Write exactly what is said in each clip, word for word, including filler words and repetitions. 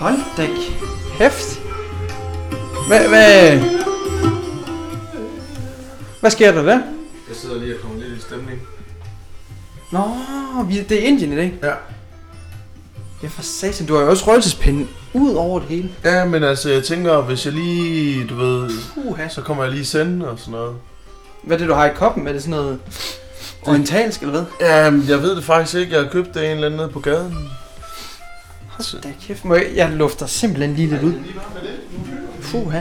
Hold da kæft. Hvad, hvad... Hvad sker der der? Jeg sidder lige og kommer lidt i stemning. Nå, vi, det er Indien i dag. Ja. Ja, for satan, du har jo også røgelsespinde ud over det hele. Ja, men altså, jeg tænker, hvis jeg lige, du ved, Uha. så kommer jeg lige i sende og sådan noget. Hvad er det, du har i koppen? Er det sådan noget orientalsk, eller hvad? Ja, jeg ved det faktisk ikke. Jeg har købt det en eller anden nede på gaden. Hold da kæft, må jeg, jeg lufter simpelthen lige lidt ud. Fuha.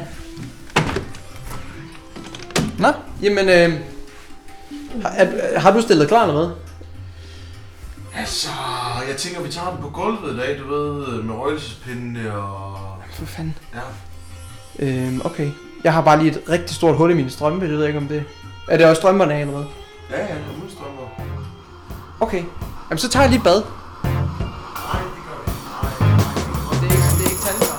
Nå, jamen, øh, har, har du stillet klar eller hvad? Altså, jeg tænker, vi tager den på gulvet i dag, du ved, med røgelsespinde og... For fanden. Ja. Øhm, okay. Jeg har bare lige et rigtig stort hul i mine strømpe, det ved jeg ikke om det... Er det også strømperne af eller hvad? Ja, ja, jeg har udstrømper. Okay. Jamen, så tager jeg lige et bad. Nej, det gør vi ikke. Nej. Det er ikke, det er ikke tandfar.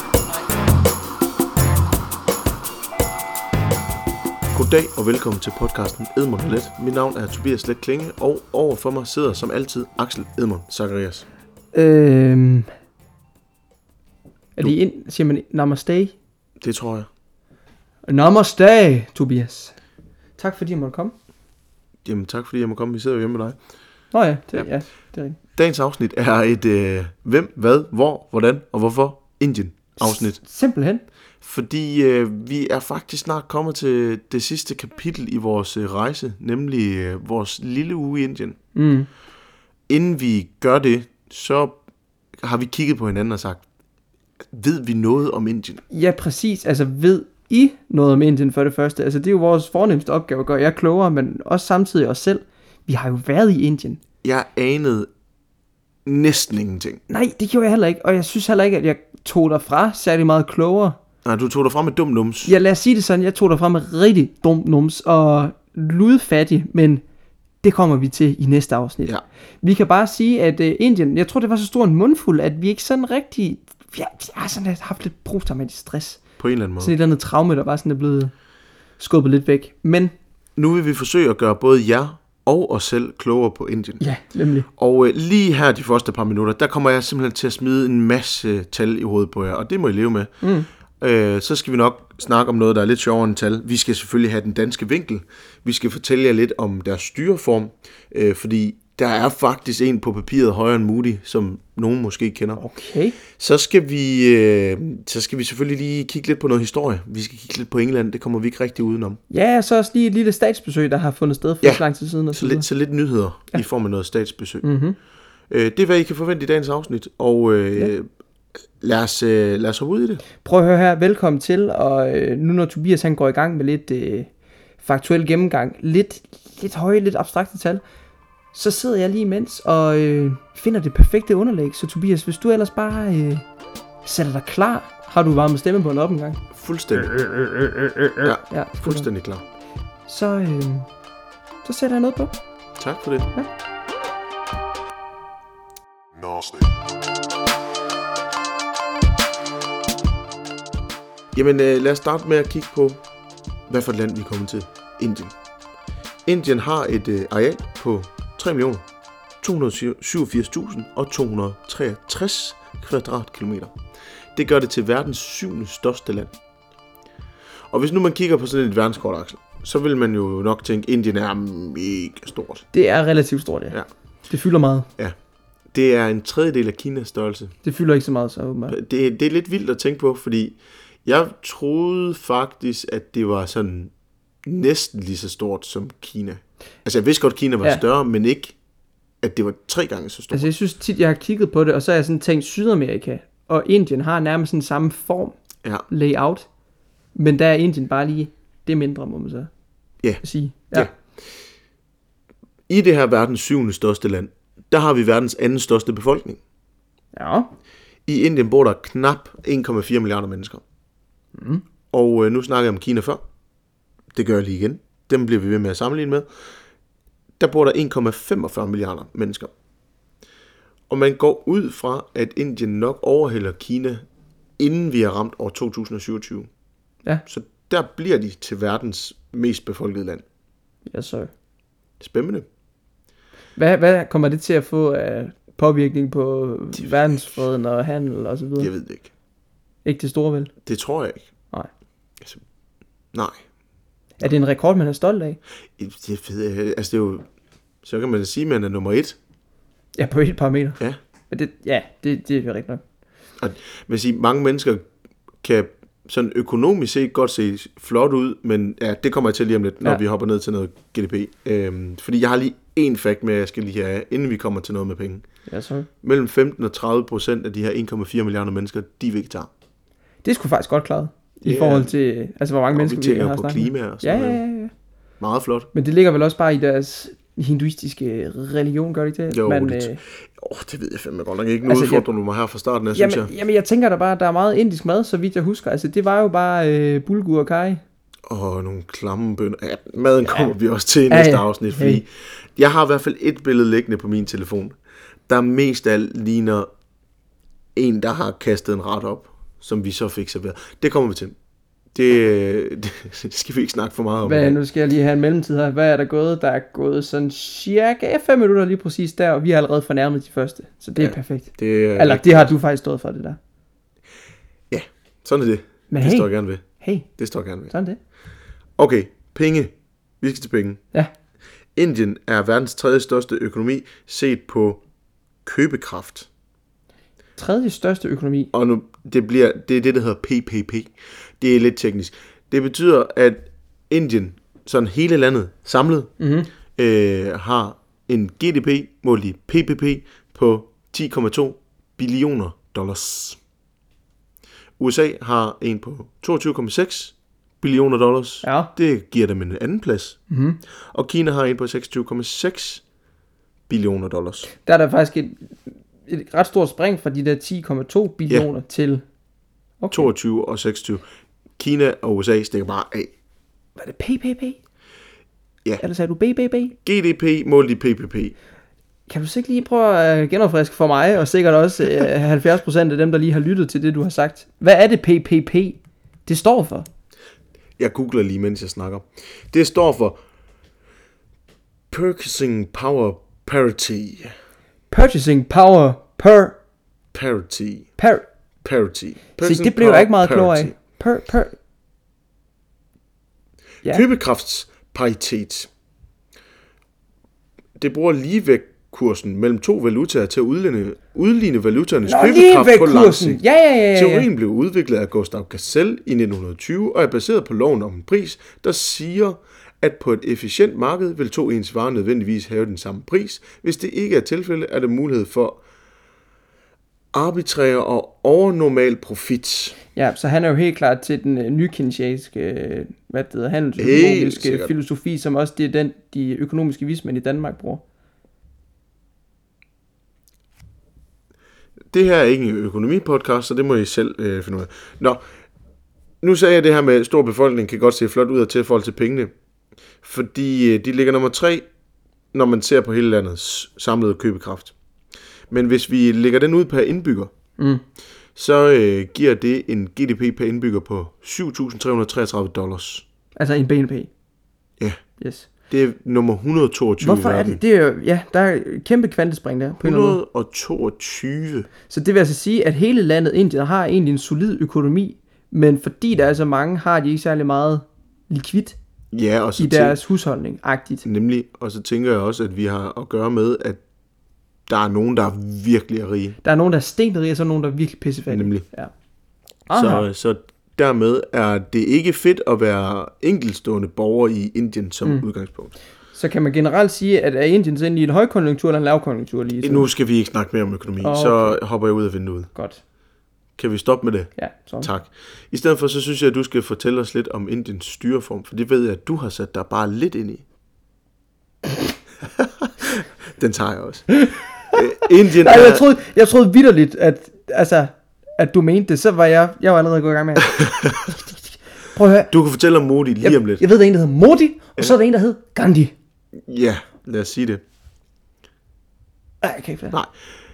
Goddag og velkommen til podcasten Edmund og Let. Mit navn er Tobias Let Klinge, og overfor mig sidder som altid Axel Edmund Zacharias. Øhm... Er det ind, siger man namaste? Det tror jeg. Namaste, Tobias. Tak fordi jeg måtte komme. Jamen tak fordi jeg må komme, vi sidder jo hjemme med dig. Nå ja, det, Ja. ja. ja, det er rigtigt. Dagens afsnit er et øh, hvem, hvad, hvor, hvordan og hvorfor Indien afsnit. S- simpelthen. Fordi øh, vi er faktisk snart kommet til det sidste kapitel i vores øh, rejse, nemlig øh, vores lille uge i Indien. Mm. Inden vi gør det, så har vi kigget på hinanden og sagt, ved vi noget om Indien? Ja, præcis. Altså, ved I noget om Indien for det første? Altså, det er jo vores fornemmeste opgave at gøre jer klogere, men også samtidig os selv. Vi har jo været i Indien. Jeg anede næsten ingenting. Nej, det gjorde jeg heller ikke, og jeg synes heller ikke, at jeg tog derfra særlig meget klogere. Nej, du tog dig frem med dum nums. Ja, lad os sige det sådan, jeg tog derfra med rigtig dum nums og ludfattig, men det kommer vi til i næste afsnit. Ja. Vi kan bare sige, at uh, Indien, jeg tror, det var så stor en mundfuld, at vi ikke sådan rigtig, vi har, vi har sådan haft lidt posttraumatisk stress. På en eller anden måde. Sådan et eller andet traume, der bare sådan er blevet skubbet lidt væk. Men, Nu vil vi forsøge at gøre både jer og os selv klogere på Indien. ja, nemlig. Og øh, lige her de første par minutter, der kommer jeg simpelthen til at smide en masse tal i hovedet på jer, og det må I leve med. Mm. Øh, så skal vi nok snakke om noget, der er lidt sjovere end tal. Vi skal selvfølgelig have den danske vinkel. Vi skal fortælle jer lidt om deres styreform, øh, fordi der er faktisk en på papiret højere end Moody, som nogen måske kender. Okay. Så skal vi, øh, så skal vi selvfølgelig lige kigge lidt på noget historie. Vi skal kigge lidt på England, det kommer vi ikke rigtig udenom. Ja, så også lige et lille statsbesøg, der har fundet sted for Ja, så lang tid siden. Og Så så lidt, så lidt nyheder Ja. i form af noget statsbesøg. mm-hmm. Øh, det er, hvad I kan forvente i dagens afsnit, og øh, Ja. lad, os, øh, lad os hoppe ud i det. Prøv at høre her, velkommen til, og øh, nu når Tobias han går i gang med lidt øh, faktuel gennemgang, lidt, lidt høje, lidt abstrakte tal, så sidder jeg lige imens og øh, finder det perfekte underlæg. Så Tobias, hvis du ellers bare øh, sætter dig klar, har du varmet stemme på en op en gang? Fuldstændig. Ja, Ja, fuldstændig klar. Så, øh, så sætter jeg noget på. Tak for det. Nasty. Jamen øh, lad os starte med at kigge på, hvad for et land vi er kommet til. Indien. Indien har et øh, areal på tre millioner to hundrede og syvogfirs tusind og to hundrede og treogtres kvadratkilometer. Det gør det til verdens syvende største land. Og hvis nu man kigger på sådan et verdenskort, Axel, så vil man jo nok tænke, at Indien er mega stort. Det er relativt stort, ja. Ja. Det fylder meget. Det er en tredjedel af Kinas størrelse. Det fylder ikke så meget, så åbenbart. Det, det er lidt vildt at tænke på, fordi jeg troede faktisk, at det var sådan næsten lige så stort som Kina. Altså jeg vidste godt, at Kina var Ja. større, men ikke, at det var tre gange så stort. Altså jeg synes tit, jeg har kigget på det, og så har jeg sådan tænkt Sydamerika, og Indien har nærmest sådan samme form, Ja, layout, men der er Indien bare lige det mindre, må man så Ja. sige. Ja. I det her verdens syvende største land, der har vi verdens anden største befolkning. Ja. I Indien bor der knap en komma fire milliarder mennesker. Mm. Og øh, nu snakker jeg om Kina før. Det gør jeg lige igen. Dem bliver vi ved med at sammenligne med. Der bor der en komma femogfyrre milliarder mennesker. Og man går ud fra, at Indien nok overhælder Kina, inden vi har ramt år to tusind og syvogtyve. Ja. Så der bliver de til verdens mest befolkede land. Ja, så. Spændende. Hvad, hvad kommer det til at få af påvirkning på verdensfreden og handel og så videre? Jeg ved det ikke. Ikke det store, vel? Det tror jeg ikke. Nej. Altså, nej. Er det en rekord, man er stolt af? Det ved jeg. Altså, det er jo... Så kan man da sige, at man er nummer et. Ja, på et parameter. Ja. Men det, ja, det, det er rigtigt nok. Og man siger, mange mennesker kan sådan økonomisk set godt se flot ud, men ja, det kommer jeg til lige om lidt, når ja. vi hopper ned til noget G D P. Øhm, fordi jeg har lige en fact med, jeg skal lige have, inden vi kommer til noget med penge. Ja, så. Mellem femten og tredive procent af de her en komma fire milliarder mennesker, de er vegetar. Det er sgu faktisk godt klaret. I Yeah. forhold til, altså hvor mange og mennesker vi tænker har på snakket. klima og Ja, sådan ja, noget. ja, ja. Meget flot. Men det ligger vel også bare i deres hinduistiske religion, gør det ikke det? Jo, Men, det, øh, oh, det ved jeg fandme godt nok ikke. Nu altså, udfordrer du mig her fra starten af, jamen, synes jeg. jamen, jeg tænker da bare, at der er meget indisk mad, så vidt jeg husker. Altså, det var jo bare øh, bulgur og kaj. Og nogle klamme bønner. Ja, maden kommer Ja. vi også til i Ja, næste ja. afsnit, fordi Hey. jeg har i hvert fald et billede liggende på min telefon, der mest af alt ligner en, der har kastet en ret op, som vi så fik serveret. Det kommer vi til. Det, det skal vi ikke snakke for meget om. Hvad, nu skal jeg lige have en mellemtid her. Hvad er der gået? Der er gået sådan cirka fem minutter lige præcis der, og vi har allerede fornærmet de første. Så det er Ja, perfekt. Det, er- Eller det har du faktisk stået for, det der. Ja, sådan er det. Men det hey. står jeg gerne ved. Hey, Det står jeg gerne ved. sådan det. Okay, penge. Vi skal til penge. Ja. Indien er verdens tredje største økonomi set på købekraft. Tredje største økonomi. Og nu, det, bliver, det er det, der hedder P P P. Det er lidt teknisk. Det betyder, at Indien, sådan hele landet samlet, Mm-hmm. øh, har en G D P målt i P P P på ti komma to billioner dollars. U S A har en på toogtyve komma seks billioner dollars. Ja. Det giver dem en anden plads. Mm-hmm. Og Kina har en på seksogtyve komma seks billioner dollars. Der er der faktisk et, et ret stort spring fra de der ti komma to billioner ja. til... Okay. toogtyve og seksogtyve. Kina og U S A stikker bare af. Var det P P P? Ja. Eller sagde du B B B? G D P målt i P P P. Kan du så ikke lige prøve at genopfriske for mig, og sikkert også øh, halvfjerds procent af dem, der lige har lyttet til det, du har sagt. Hvad er det P P P? Det står for? Jeg googler lige, mens jeg snakker. Det står for Purchasing Power Parity. Purchasing Power per... Parity. per Parity. Se, det blev jeg ikke meget klogere af. Per, per... Ja. Købekraftsparitet. Det bruger ligevægtkursen mellem to valutaer til at udligne, udligne valutaernes Nå, købekraft på lang ligevægtkursen. sigt. Ja, ja, ja, ja. Teorien blev udviklet af Gustav Gassel i nitten tyve og er baseret på loven om en pris, der siger, at på et efficient marked vil to ens varer nødvendigvis have den samme pris. Hvis det ikke er tilfældet, er der mulighed for arbitrær og overnormal profit. Ja, så han er jo helt klart til den øh, nykinesiske, øh, hvad det hedder, Helt handelsøkonomiske sikkert. filosofi, som også det er den, de økonomiske vismænd i Danmark bruger. Det her er ikke en økonomipodcast, så det må I selv øh, finde ud af. Nå, nu sagde jeg det her med, stor befolkning kan godt se flot ud af til forhold til pengene. Fordi øh, de ligger nummer tre, når man ser på hele landets samlede købekraft. Men hvis vi lægger den ud per indbygger, Mm. så øh, giver det en G D P per indbygger på syv tusind tre hundrede og treogtredive dollars. Altså en B N P. Ja, Yes. det er nummer et hundrede og toogtyve Hvorfor i er verden. det? Det er jo, ja, der er et kæmpe kvantespring der, på en eller anden måde. et hundrede og toogtyve. Så det vil altså sige, at hele landet Indien har egentlig en solid økonomi, men fordi der er så mange, har de ikke særlig meget likvid Ja, og så i deres husholdning-agtigt. nemlig, og så tænker jeg også, at vi har at gøre med, at der er nogen, der er virkelig er rige. Der er nogen, der er stenrige, og så er nogen, der er virkelig pissefattige. Nemlig. Ja. Aha. Så, så dermed er det ikke fedt at være enkeltstående borger i Indien som mm. udgangspunkt. Så kan man generelt sige, at er Indien så inde i en højkonjunktur eller en lavkonjunktur lige så? Nu skal vi ikke snakke mere om økonomi, Okay. så hopper jeg ud af vinduet. Godt. Kan vi stoppe med det? Ja, så. Tak. I stedet for, så synes jeg, at du skal fortælle os lidt om Indiens styreform, for det ved jeg, at du har sat dig bare lidt ind i. Den tager jeg også. Øh, Indien Nej, jeg er... troede, jeg troede vitterligt, at, altså, at du mente det, så var jeg, jeg var allerede gået i gang med. Prøv at høre. Du kan fortælle om Modi lige jeg, om lidt. Jeg ved, der er en, der hedder Modi, og så er der en, der hedder Gandhi. Ja, lad os sige det. Nej, jeg kan ikke flere. Nej.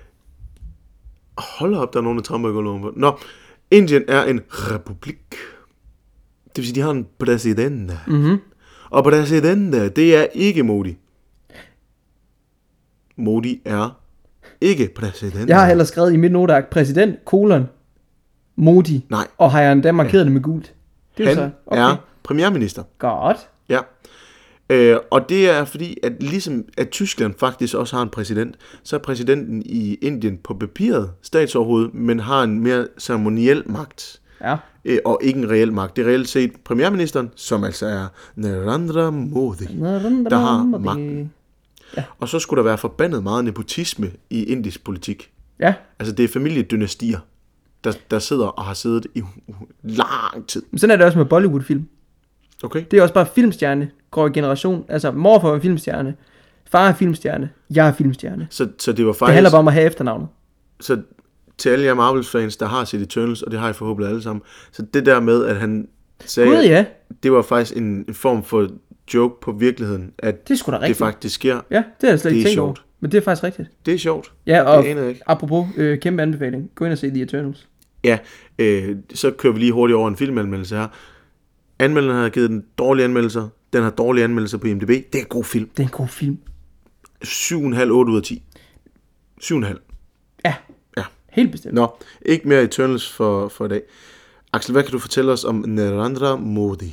Hold op, der er nogen, der tramper i gulvet på. Nå, Indien er en republik. Det vil sige, de har en præsident. Mm-hmm. Og præsident, det er ikke Modi. Modi er Ikke præsident. Jeg har heller skrevet i mit noteark, præsident, kolon, Modi. Nej. Og har jeg endda markeret det med gult. Det Han så, okay. er premierminister. Godt. Ja. Øh, og det er fordi, at ligesom at Tyskland faktisk også har en præsident, så er præsidenten i Indien på papiret statsoverhoved, men har en mere ceremoniel magt. Ja. Øh, og ikke en reel magt. Det er reelt set premierministeren, som altså er Narendra Modi, der har magten. Ja. Og så skulle der være forbandet meget nepotisme i indisk politik. Ja. Altså det er familiedynastier, der, der sidder og har siddet i lang tid. Men sådan er det også med Bollywood-film. Okay. Det er også bare filmstjerne, går i generation. Altså morfar er filmstjerne, far er filmstjerne, jeg er filmstjerne. Så, så det var faktisk... Det handler bare om at have efternavnet. Så til alle jer Marvel-fans, der har set Eternals, og det har I forhåbentlig alle sammen, så det der med, at han sagde, Gud, ja. det var faktisk en, en form for joke på virkeligheden, at det, sgu da det faktisk sker. Ja, det er jeg slet ikke tænkt sjovt. over. Men det er faktisk rigtigt. Det er sjovt. Ja, og det aner jeg ikke. Apropos øh, kæmpe anbefaling, gå ind og se The Eternals. Ja, øh, så kører vi lige hurtigt over en filmanmeldelse her. Anmelderen har givet den dårlige anmeldelser. Den har dårlige anmeldelser på I M D B. Det er en god film. Det er en god film. syv komma fem otte ud af ti. syv komma fem. Ja. Ja. Helt bestemt. Nå, ikke mere Eternals for, for i dag. Axel, hvad kan du fortælle os om Narendra Modi?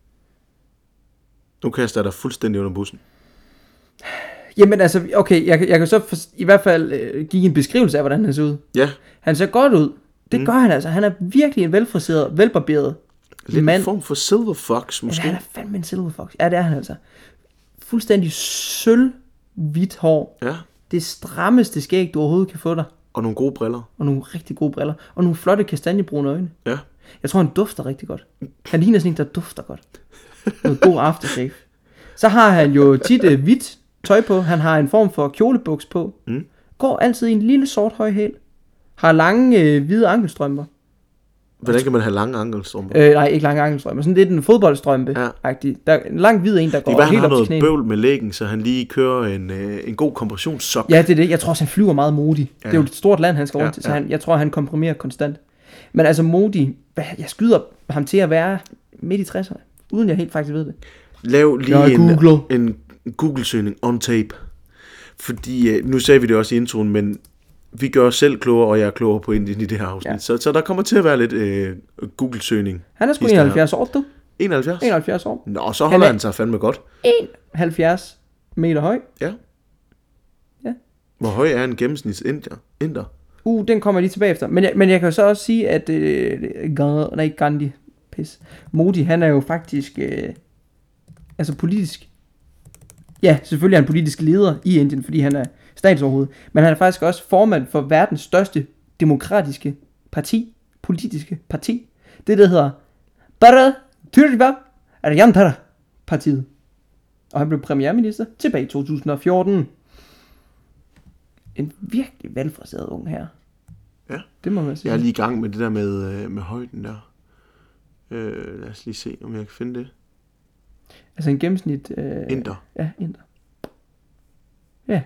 Nu kaster jeg dig fuldstændig under bussen. Jamen altså, okay, jeg, jeg kan så for, i hvert fald øh, give en beskrivelse af, hvordan han ser ud. Ja. Han ser godt ud. Det mm. gør han altså. Han er virkelig en velfriseret, velbarberet Lidt mand. en form for Silver Fox, måske. Ja, han er fandme en Silver Fox. Ja, det er han altså. Fuldstændig sølv hvidt hår. Ja. Det strammeste skæg, du overhovedet kan få dig. Og nogle gode briller. Og nogle rigtig gode briller. Og nogle flotte kastanjebrune øjne. Ja. Jeg tror, han dufter rigtig godt. Han ligner sådan en, der dufter godt. Noget god aftershave. Så har han jo tit øh, hvidt tøj på. Han har en form for kjolebuks på. Mm. Går altid i en lille sort høj hæl. Har lange øh, hvide ankelstrømper. Hvordan kan man have lange ankelstrømper? Øh, nej, ikke lange ankelstrømper. Sådan lidt en fodboldstrømpe. Ja. Der er en lang hvid en, der går helt op til helt han op har til noget knæene. bøvl med læggen, så han lige kører en, øh, en god kompressionssok. Ja, det er det. Jeg tror også, han flyver meget Modi. Ja. Det er jo et stort land, han skal rundt Ja, til, så ja. han, jeg tror, han komprimerer konstant. Men altså Modi, hvad- jeg skyder ham til at være midt i tresserne, uden jeg helt faktisk ved det. Lav lige Jeg en, googler. en Google-søgning on tape. Fordi, øh, nu sagde vi det også i introen, men vi gør os selv klogere, og jeg er klogere på Indien i det her afsnit. Ja. Så, så der kommer til at være lidt øh, Google-søgning. Han er sgu Hist her. enoghalvfjerds år, du. enoghalvfjerds? enoghalvfjerds år. Nå, så Han holder er- han sig fandme godt. enoghalvfjerds meter høj. Ja. Ja. Hvor høj er en gennemsnits inder? inder? Uh, den kommer jeg lige tilbage efter. Men jeg, men jeg kan jo så også sige, at øh, Ga- nej, Gandhi, pis. Modi, han er jo faktisk øh, altså politisk. Ja, selvfølgelig er han politisk leder i Indien, fordi han er statsoverhoved. Men han er faktisk også formand for verdens største demokratiske parti, politiske parti. Det, der hedder Bharatiya Janata partiet. Og han blev premierminister tilbage i to tusind og fjorten. En virkelig velfriseret ung her. Ja. Det må man sige. Jeg er lige i gang med det der med, øh, med højden der. Øh, lad os lige se, om jeg kan finde det. Altså en gennemsnit... Øh, Inder. Ja, inder. Ja.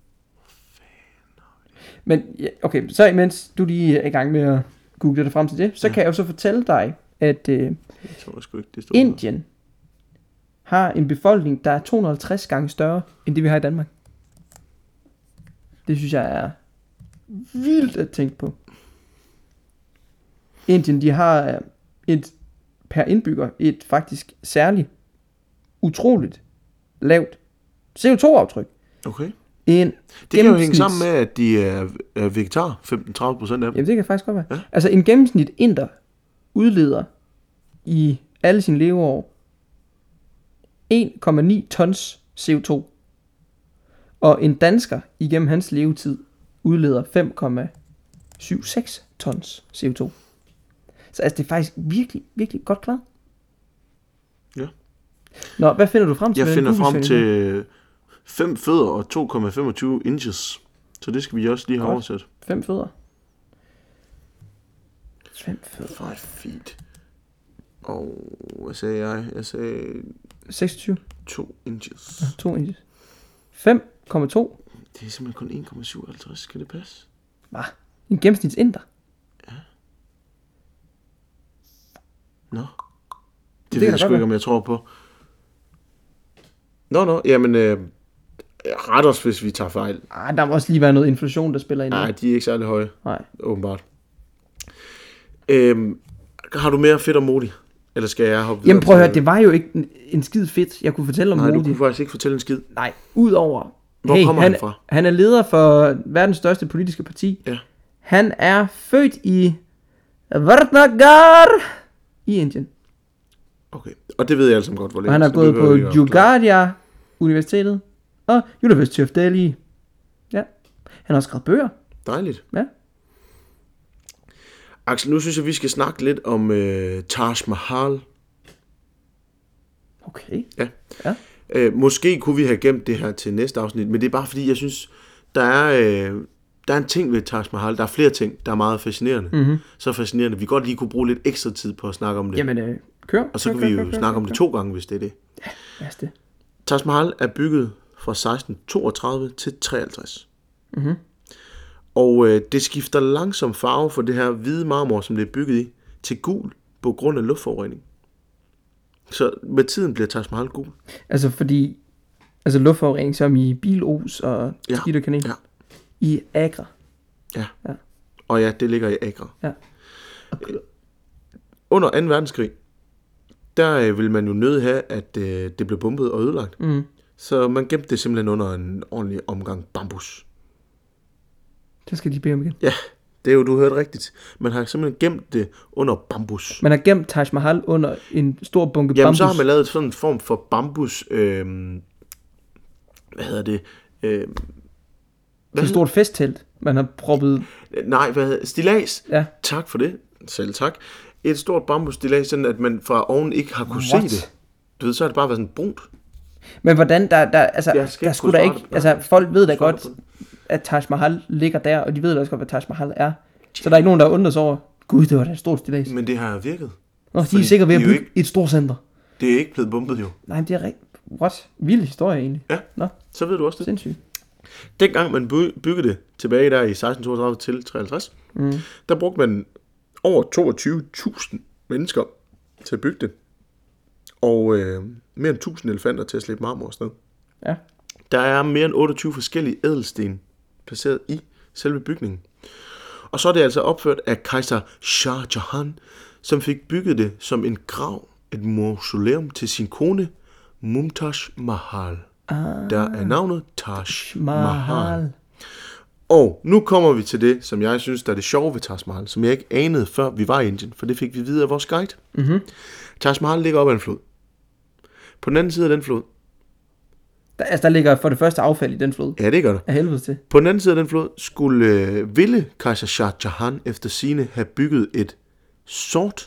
Men, ja, okay, så imens du lige er i gang med at google det frem til det, så Ja. kan jeg jo så fortælle dig, at øh, Jeg tror sgu ikke, det står Indien har en befolkning, der er to hundrede og halvtreds gange større, end det vi har i Danmark. Det synes jeg er vildt at tænke på. Indien, de har øh, et per indbygger et faktisk særligt utroligt lavt C O to aftryk. Okay. En Det kan jo hænge gennemsnits- sammen med, at de er, er vegetar, femten til tredive procent af dem. Jamen det kan faktisk godt være. Ja. Altså en gennemsnit inder udleder i alle sine leveår en komma ni tons C O to. Og en dansker igennem hans levetid udleder fem komma syv seks tons C O to. Så altså det er faktisk virkelig, virkelig godt klaret. Ja. Nå, hvad finder du frem til? Jeg med finder den frem Google-søgning? til fem fødder og to komma femogtyve inches. Så det skal vi også lige have Godt. oversat. Fem fødder. Fem fødder. five feet. Og hvad sagde jeg? Jeg sagde seksogtyve. to inches. Ja, to inches. fem komma to. Det er simpelthen kun en komma syvoghalvtreds. Skal det passe? Hvad? En gennemsnitsinder. Nå. Det, Det det ved kan jeg da sgu godt ikke, om jeg tror på. Nå, nå. Jamen, øh, Ret os, hvis vi tager fejl. Ah, der må også lige være noget inflation, der spiller ind. Nej, de er ikke særlig høje, Nej. åbenbart. Øhm, har du mere fedt om Modi? Eller skal jeg hoppe videre? Jamen prøv at til- høre, det var jo ikke en, en skid fedt, jeg kunne fortælle om Nej, du Modi. kunne faktisk ikke fortælle en skid. Nej, udover... Hvor hey, kommer han, han fra? Han er leder for verdens største politiske parti. Ja. Han er født i Vardnagar i Indien. Okay, og det ved jeg altså godt, hvor længe. Og han har så gået det på behøver vi ikke at afsløre. Jugadia Universitetet og University of Delhi. Ja. Han har også skrevet bøger. Dejligt. Ja. Axel, nu synes jeg, vi skal snakke lidt om øh, Taj Mahal. Okay. Ja. Ja. Øh, måske kunne vi have gemt det her til næste afsnit, men det er bare fordi, jeg synes, der er, øh, der er en ting ved Taj Mahal. Der er flere ting, der er meget fascinerende. Mm-hmm. Så fascinerende. Vi godt lige kunne bruge lidt ekstra tid på at snakke om det. Jamen, øh, kør. og så kør, kan vi kør, jo kør, snakke kør, om kør. det to gange, hvis det er det. Ja, det. Taj Mahal er bygget fra seksten toogtredive til treoghalvtreds. Mm-hmm. Og øh, det skifter langsomt farve for det her hvide marmor, som det er bygget i, til gul på grund af luftforurening. Så med tiden bliver Taj Mahal gul. Altså fordi, altså luftforurening som i bilos og Ja, skidt og kanel. ja. I Agra. Ja. Ja. Og ja, det ligger i Agra. Ja. Under anden verdenskrig, der øh, ville man jo nødt have, at øh, det blev bombet og ødelagt. Mm. Så man gemte det simpelthen under en ordentlig omgang bambus. Det skal de bede om igen. Ja, det er jo, du hørte rigtigt. Man har simpelthen gemt det under bambus. Man har gemt Taj Mahal under en stor bunke Jamen, bambus. så har man lavet sådan en form for bambus... Øh, hvad hedder det? Øh, Sådan et stort festtelt, man har proppet. nej, hvad hedder det? Stillads. Ja. Tak for det. Selv tak. Et stort bambusstillads, sådan at man fra oven ikke har kunne What? se det. Du ved, så har det bare været sådan brunt. Men hvordan, der, der, altså, Jeg skal der ikke skulle der kunne ikke, svare altså, folk ved da Svare godt, på det. at Taj Mahal ligger der, og de ved da også godt, hvad Taj Mahal er. Så der er ikke nogen, der undrer sig over, gud, det var da et stort stillads. Men det har virket. Nå, de fordi er sikkert ved at de er jo bygge et stort center. Det er ikke blevet bombet jo. Nej, det er rigtigt. What? Vild historie egentlig. Ja, Nå, så ved du også det. sindssygt. Dengang man by- byggede det tilbage der i seksten toogtredive til treoghalvtreds, Mm. der brugte man over toogtyve tusind mennesker til at bygge det. Og øh, mere end tusind elefanter til at slippe marmor afsted. Ja. Der er mere end otteogtyve forskellige ædelsten placeret i selve bygningen. Og så er det altså opført af kejser Shah Jahan, som fik bygget det som en grav, et mausoleum til sin kone Mumtaz Mahal. Ah, Der er navnet Taj Mahal. Mahal. Og nu kommer vi til det, som jeg synes, der er det sjove ved Taj Mahal, som jeg ikke anede, før vi var i Indien, for det fik vi videre af vores guide. Mm-hmm. Taj Mahal ligger op ad en flod. På den anden side af den flod, Der, altså, der ligger for det første affald i den flod. ja, det gør der. Af helvede til. På den anden side af den flod skulle øh, ville kejser Shah Jahan efter sine have bygget et sort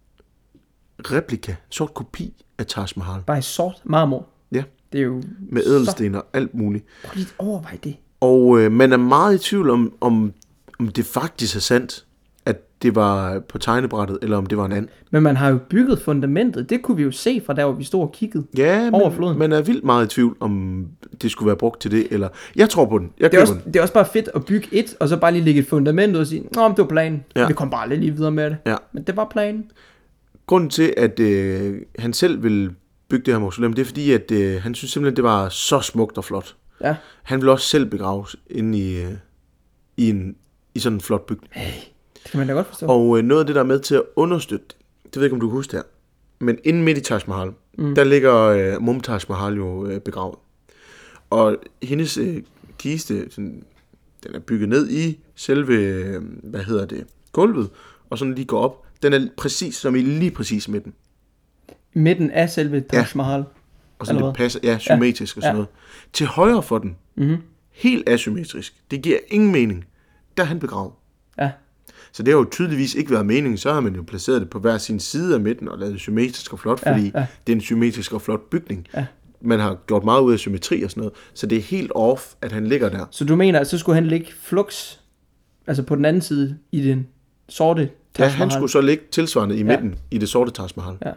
replika, sort kopi af Taj Mahal. Bare i sort marmor. Ja, Det er jo med ædelsten og alt muligt. Så... Prøv lige at overveje det. Og øh, man er meget i tvivl om, om, om det faktisk er sandt, at det var på tegnebrættet, eller om det var en and. Men man har jo bygget fundamentet. Det kunne vi jo se fra der, hvor vi stod og kiggede. Ja, Over men floden. man er vildt meget i tvivl, om det skulle være brugt til det, eller... Jeg tror på den. Jeg Det er, køber også, den. det er også bare fedt at bygge et, og så bare lige lægge et fundament ud og sige, nå, men det var planen. Ja. Vi kom bare lidt lige videre med det. Ja. Men det var planen. Grunden til, at øh, han selv ville bygge det her mausoleum, det er fordi, at øh, han synes simpelthen, det var så smukt og flot. Ja. Han ville også selv begraves inde i, øh, i, en, i sådan en flot bygning. Det kan man da godt forstå. Og øh, noget af det, der er med til at understøtte, det ved jeg ikke, om du kan huske det her, men inde midt i Taj Mahal, mm. der ligger øh, Mumtaz Mahal jo øh, begravet. Og hendes øh, kiste, sådan, den er bygget ned i selve, øh, hvad hedder det, gulvet, og sådan lige går op. Den er præcis som i lige præcis midten. Midten af selve Taj Ja. Mahal. Og sådan Eller det hvad? passer, ja, symmetrisk og sådan Ja. noget. Til højre for den, Mhm. helt asymmetrisk, det giver ingen mening, der er han begravet. Ja. Så det har jo tydeligvis ikke været meningen, så har man jo placeret det på hver sin side af midten og lavet det symmetrisk og flot, Ja, fordi ja. det er en symmetrisk og flot bygning. Ja. Man har gjort meget ud af symmetri og sådan noget, så det er helt off, at han ligger der. Så du mener, at så skulle han ligge flux, altså på den anden side i den sorte Taj Ja, Mahal. han skulle så ligge tilsvarende i midten i det sorte Taj Mahal. Ja.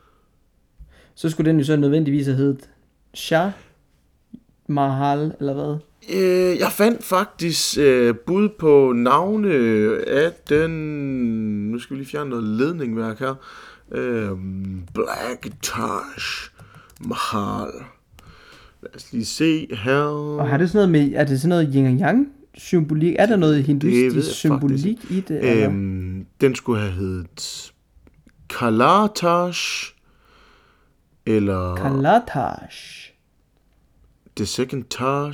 Så skulle den jo så nødvendigvis have heddet Shah Mahal, eller hvad? Øh, jeg fandt faktisk øh, bud på navne af den... Nu skal vi lige fjerne noget ledningværk her. Øh, Black Taj Mahal. Lad os lige se her. Og har det sådan noget med, er det sådan noget yin og yang symbolik? Er der noget hinduistisk symbolik i det? Eller? Øhm, den skulle have heddet Kalataj, eller Kalataj. The Second Taj.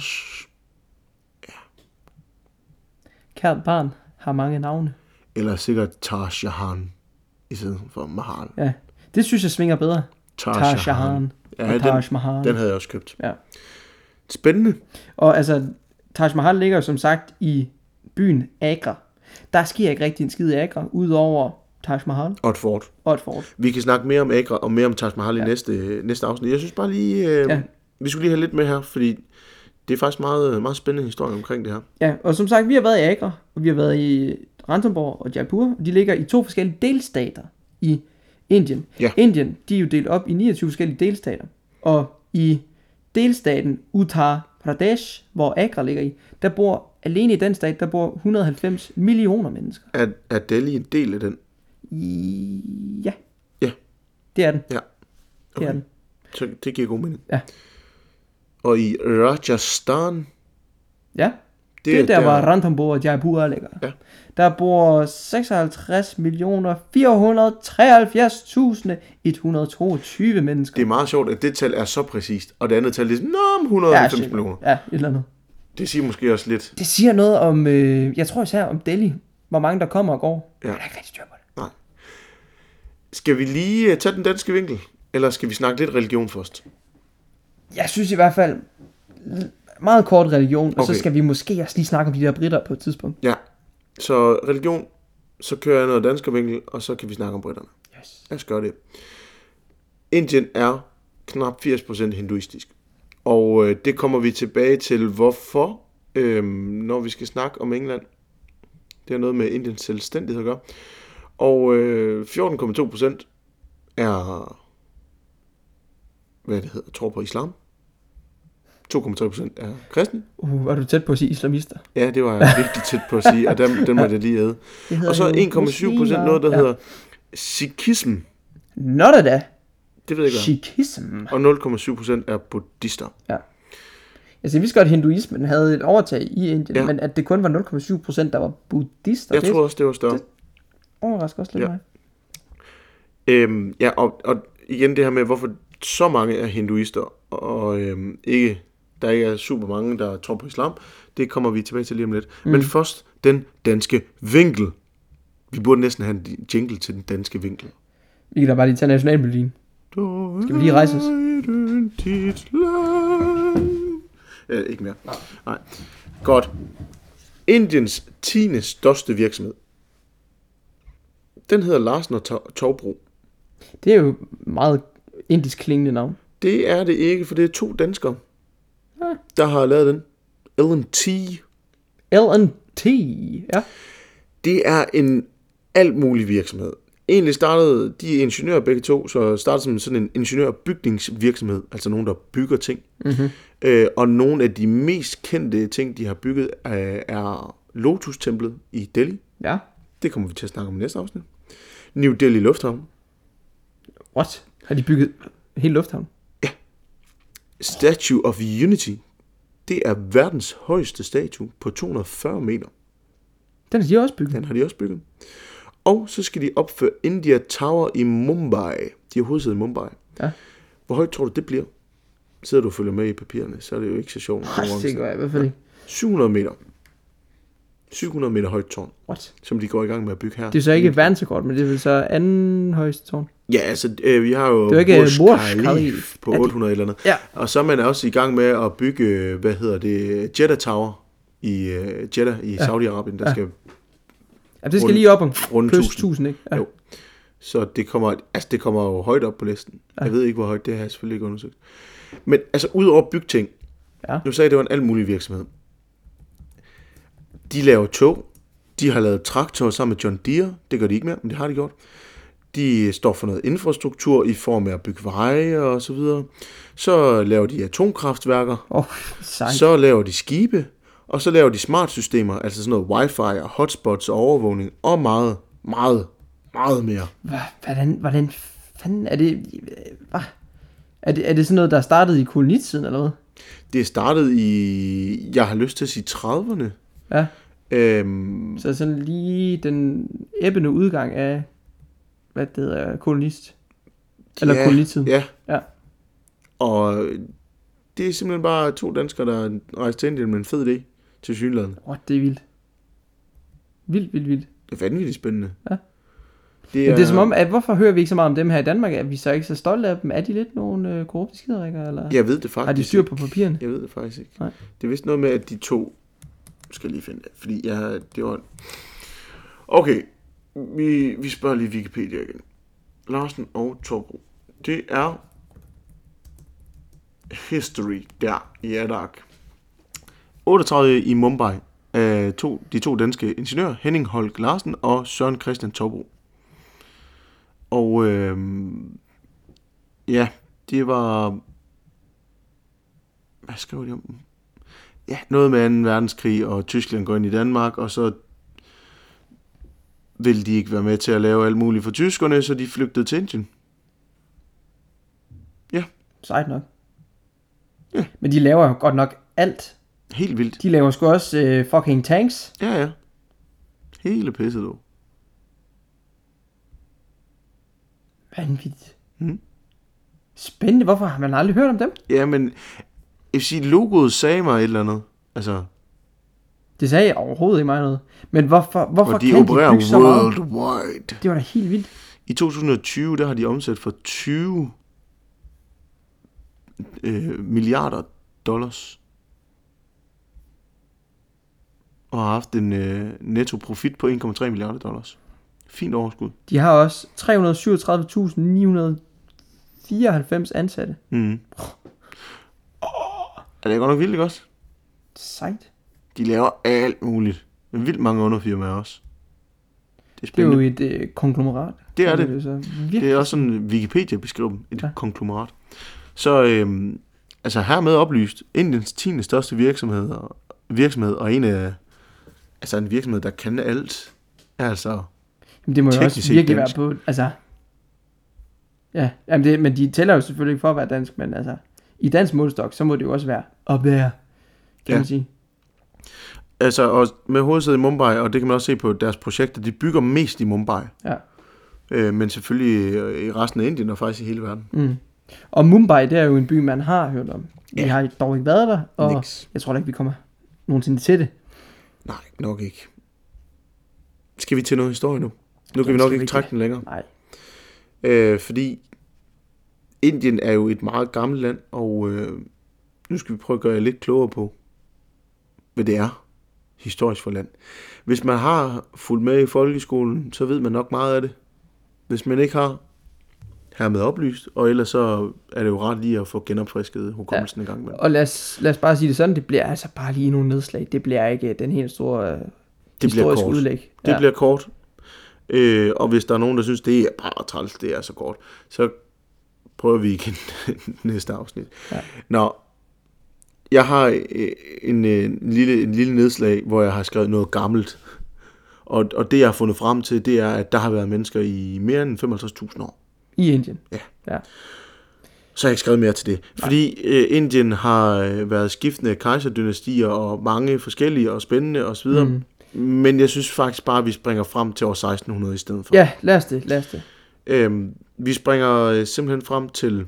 Kært barn har mange navne. Eller sikkert Taj Jahan i stedet for Mahal. Ja, det synes jeg svinger bedre. Taj Taj Jahan. Jahan Ja, og Taj den, Mahal. den havde jeg også købt. Ja. Spændende. Og altså, Taj Mahal ligger jo som sagt i byen Agra. Der sker ikke rigtig en skid i Agra, udover Taj Mahal Og et fort. og et fort. Vi kan snakke mere om Agra og mere om Taj Mahal Ja. i næste, næste afsnit. Jeg synes bare lige, øh, Ja. vi skulle lige have lidt med her, fordi det er faktisk meget, meget spændende historie omkring det her. Ja, og som sagt, vi har været i Agra, og vi har været i Ranthambore og Jaipur, og de ligger i to forskellige delstater i Indien. Ja. Indien, de er jo delt op i niogtyve forskellige delstater, og i delstaten Uttar Pradesh, hvor Agra ligger i, der bor, alene i den stat, der bor et hundrede og halvfems millioner mennesker. Er, er Delhi en del af den? I... Ja. Ja. Det er den. Ja. Det er den. Så det giver god mening. Ja. Og i Rajasthan, Ja. Det, det er der, der- hvor Ranthambore og Jaipur ligger. Ja. Der bor seksoghalvtreds millioner fire hundrede og treoghalvfjerds tusind et hundrede og toogtyve mennesker. det er meget sjovt, at det tal er så præcist, og det andet tal er sådan, nå, om et hundrede og halvfems shit. millioner. Ja, et eller andet. Det siger måske også lidt. Det siger noget om, øh, jeg tror især om Delhi, hvor mange der kommer og går. Ja. Jeg er ikke rigtig styr på det. Skal vi lige øh, tage den danske vinkel, eller skal vi snakke lidt religion først? Jeg synes i hvert fald, meget kort religion, og så Okay. skal vi måske også lige snakke om de der britter på et tidspunkt. Ja, så religion, så kører jeg noget dansk vinkel, og så kan vi snakke om britterne. Yes. Lad os gøre det. Indien er knap firs procent hinduistisk. Og øh, det kommer vi tilbage til, hvorfor, øh, når vi skal snakke om England. Det har noget med Indiens selvstændighed at gøre. Og øh, fjorten komma to procent er, hvad det hedder, tror på islam. to komma tre procent er kristne. Uh, var du tæt på at sige islamister? Ja, det var jeg virkelig tæt på at sige, og den, den må jeg lige æde. Det hedder Og så jo en komma syv procent noget, der muslimer. hedder sikhism. Nå da da. Det ved jeg ikke, hvad. Sikhism. Og nul komma syv procent er buddhister. Ja. Altså, jeg vidste godt, at hinduismen havde et overtag i Indien, Ja. ja. men at det kun var nul komma syv procent, der var buddhister, Jeg det tror også, det var større. det- overrasker også lidt Ja. mig. Øhm, ja, og, og igen det her med, hvorfor så mange er hinduister, og øhm, ikke, der ikke er super mange, der tror på islam, det kommer vi tilbage til lige om lidt. Mm. Men først, den danske vinkel. Vi burde næsten have en jingle til den danske vinkel. Vi kan da bare lige tage nationalmelodien. Skal vi lige rejse os? Ja, ikke mere. Nej. Nej. Godt. Indiens tiende største virksomhed. Den hedder Larsen og Tor- Torbro. Det er jo meget indisk klingende navn. Det er det ikke, for det er to danskere, Ja. der har lavet den. L and T. L and T, ja. Det er en alt mulig virksomhed. Egentlig startede de er ingeniører begge to, så startede som sådan en ingeniør- og bygningsvirksomhed, altså nogen, der bygger ting. Mm-hmm. Øh, og nogle af de mest kendte ting, de har bygget, er, er Lotus-templet i Delhi. Ja. Det kommer vi til at snakke om i næste afsnit. New Delhi Lufthavn. What? Har de bygget hele lufthavnen? Statue of Unity. Det er verdens højeste statue på to hundrede og fyrre meter. Den har de også bygget. Den har de også bygget. Og så skal de opføre India Tower i Mumbai. De har hovedsæde i Mumbai. Ja. Hvor højt tror du, det bliver? Sidder du og følger med i papirerne, så er det jo ikke så sjovt. Nej, det gør jeg i hvert fald ikke. syv hundrede meter. syv hundrede meter højt tårn, What? som de går i gang med at bygge her. Det er så ikke verdensrekord, men det er vel så anden højeste tårn. Ja, altså, øh, vi har jo Det er ikke Burj Burj Khalifa Khalifa. på Er det- otte hundrede eller andet. Ja. Og så er man også i gang med at bygge, hvad hedder det, Jeddah Tower i uh, Jeddah i ja. Saudi-Arabien, der Ja. skal, Ja, det skal Runde- lige op om runde plus tusind. tusind, ikke? Ja. Jo. Så det kommer, altså det kommer jo højt op på listen. Ja. Jeg ved ikke, hvor højt det har jeg selvfølgelig ikke undersøgt. Men altså, udover bygting, Ja. nu sagde jeg, det var en alt mulig virksomhed. De laver tog, de har lavet traktorer sammen med John Deere, det gør de ikke mere, men det har de gjort. De står for noget infrastruktur i form af at bygge veje og så videre. Så laver de atomkraftværker, Åh, oh, sejt. så laver de skibe, og så laver de smart systemer, altså sådan noget wifi og hotspots og overvågning, og meget, meget, meget mere. Hva- Hvordan, hvordan fanden er det? Hvad? Er det, er det sådan noget, der startede i kolonitiden, eller hvad? Det startede i, jeg har lyst til at sige trediverne. Ja. Øhm, Så sådan lige den ebbende udgang af, hvad det hedder, kolonist. Eller ja, kolonitiden. Ja. Ja. Og det er simpelthen bare to danskere, der rejste til Indien med en fed idé til synligheden. Åh, oh, det er vildt. Vildt, vildt, vildt. Det er vanvittigt spændende. Ja. Det Men er, det er som om, at hvorfor hører vi ikke så meget om dem her i Danmark? Er vi så ikke så stolte af dem? Er de lidt nogle øh, korrupte skiderikker? Eller? Jeg ved det faktisk Har de styr på papirerne? Jeg ved det faktisk ikke. Nej. Det er vist noget med, at de to... Skal jeg lige finde det. Fordi jeg... Det var... Okay. Vi, vi spørger lige Wikipedia igen. Larsen og Torbro. Det er... History der i Adak. otteogtredive i Mumbai. Af to, de to danske ingeniører, Henning Holk Larsen og Søren Christian Torbro. Og øh, ja, det var... Hvad skrev de om? Ja, noget med anden verdenskrig, og Tyskland går ind i Danmark, og så ville de ikke være med til at lave alt muligt for tyskerne, så de flygtede til Indien. Ja. Sejt nok. Ja. Men de laver jo godt nok alt. Helt vildt. De laver sgu også øh, fucking tanks. Ja, ja. Hele pisset, dog. Vanvittigt. Hmm. Spændende. Hvorfor har man aldrig hørt om dem? Ja, men jeg vil sige, logoet sagde mig et eller andet. Altså, Det sagde jeg overhovedet ikke mig noget. Men hvorfor, hvorfor og de kan opererer de bygge så meget? worldwide. Det var da helt vildt. I to tusind og tyve, der har de omsat for tyve øh, milliarder dollars. Og har haft en øh, netto profit på en komma tre milliarder dollars. Fint overskud. De har også tre hundrede og syvogtredive tusind ni hundrede og fireoghalvfems ansatte. Mm. Oh, er det godt nok vildt, ikke også? Sejt. De laver alt muligt. Men vildt mange underfirmaer også. Det er Det er jo spændende. et øh, konglomerat. Det er Så det. så Det er også sådan, Wikipedia beskriver dem. Et Ja. ja. konglomerat. Så øhm, altså hermed oplyst, Indiens tiende største virksomhed, og, virksomhed, og en af, altså en virksomhed, der kan alt, er altså, Jamen, det må jo teknisk også set virkelig være dansk. på, altså... Ja, jamen det, men de tæller jo selvfølgelig ikke for at være dansk, men altså... I dansk målstok, så må det jo også være up there, kan Ja. man sige. altså og med hovedsæde i Mumbai, og det kan man også se på deres projekter, de bygger mest i Mumbai. Ja. Øh, men selvfølgelig øh, i resten af Indien, og faktisk i hele verden. Mm. Og Mumbai, det er jo en by, man har hørt om. Vi Ja. har dog ikke været der, og Niks. jeg tror da ikke, vi kommer nogensinde til det. Nej, nok ikke. Skal vi til noget historie nu? Nu kan Ja, vi nok skal ikke vi trække ikke. den længere. Nej. Øh, fordi Indien er jo et meget gammelt land, og øh, nu skal vi prøve at gøre jer lidt klogere på, hvad det er historisk for land. Hvis man har fulgt med i folkeskolen, så ved man nok meget af det. Hvis man ikke har, hermed oplyst, og ellers så er det jo ret lige at få genopfrisket hukommelsen ja. en gang med. Og lad os, lad os bare sige det sådan, det bliver altså bare lige nogle nedslag. Det bliver ikke den helt store øh, Det bliver historiske kort. udlæg. Det bliver kort. Øh, og hvis der er nogen, der synes, det er bare træls, det er så kort, så prøver vi igen næste afsnit. Ja. Nå, jeg har øh, en, øh, en, lille, en lille nedslag, hvor jeg har skrevet noget gammelt. Og, og det, jeg har fundet frem til, det er, at der har været mennesker i mere end femoghalvtreds tusind år. I Indien. Ja. Ja. Så har jeg ikke skrevet mere til det. Fordi øh, Indien har øh, været skiftende kejserdynastier, og mange forskellige og spændende osv. Mm. Men jeg synes faktisk bare, at vi springer frem til år seksten hundrede i stedet for. Ja, lad os det, lad os det. Øhm, vi springer øh, simpelthen frem til...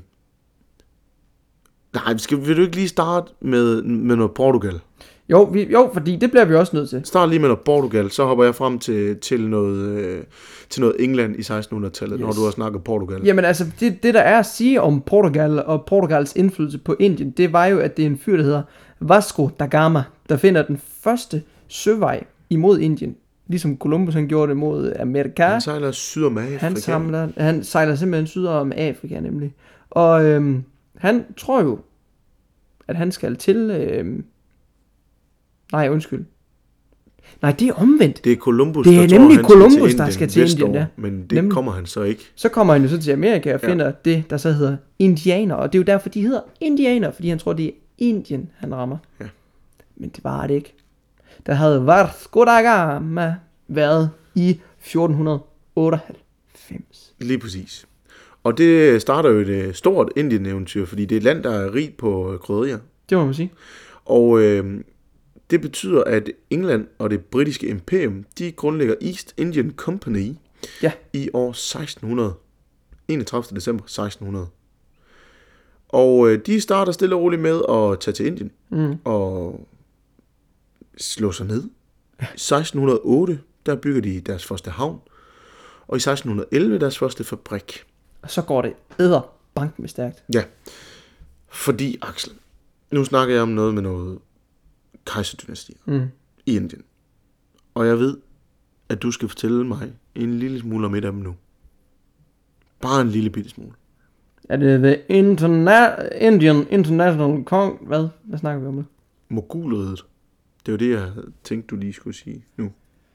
Nej, skal, vil du ikke lige starte med, med noget Portugal? Jo, vi, jo, fordi det bliver vi også nødt til. Start lige med noget Portugal, så hopper jeg frem til, til, noget, øh, til noget England i sekstenhundredetallet, yes. Når du har snakket Portugal. Jamen altså, det, det der er at sige om Portugal og Portugals indflydelse på Indien, det var jo, at det er en fyr, der hedder Vasco da Gama, der finder den første søvej imod Indien. Ligesom Columbus han gjorde det mod Amerika. Han sejler syd om Afrika. Han, samler, han sejler simpelthen syd om Afrika nemlig. Og øhm, han tror jo, at han skal til... Øhm, nej, undskyld. Nej, det er omvendt. Det er Columbus, Det er der tror, nemlig han Columbus, skal til der Indien skal til vestover, Indien, ja. Men det Nemlig. kommer han så ikke. Så kommer han jo så til Amerika og Ja. finder det, der så hedder indianer. Og det er jo derfor, de hedder indianer, fordi han tror, det er Indien, han rammer. Ja. Men det var det ikke. Der havde Vasco da Gama været i fjorten otteoghalvfems. Lige præcis. Og det starter jo et øh, stort Indien-eventyr, fordi det er et land, der er rigt på øh, krydderier. Det må man sige. Og øh, det betyder, at England og det britiske imperium, de grundlægger East Indian Company Ja. i år seksten hundrede. enogtredivte december seksten hundrede. Og øh, de starter stille og roligt med at tage til Indien Mm. og slå sig ned. I seksten hundrede og otte, der bygger de deres første havn. Og i seksten hundrede og elleve deres første fabrik. Og så går det æder bank med stærkt. Ja, fordi Axel, nu snakker jeg om noget med noget kejserdynasti Mm. i Indien. Og jeg ved, at du skal fortælle mig en lille smule om et af dem nu. Bare en lille bitte smule. Er det The Interna- Indian International Kong? Hvad? Hvad snakker vi om det? Mogulriget. Det var det, jeg havde tænkt, du lige skulle sige nu.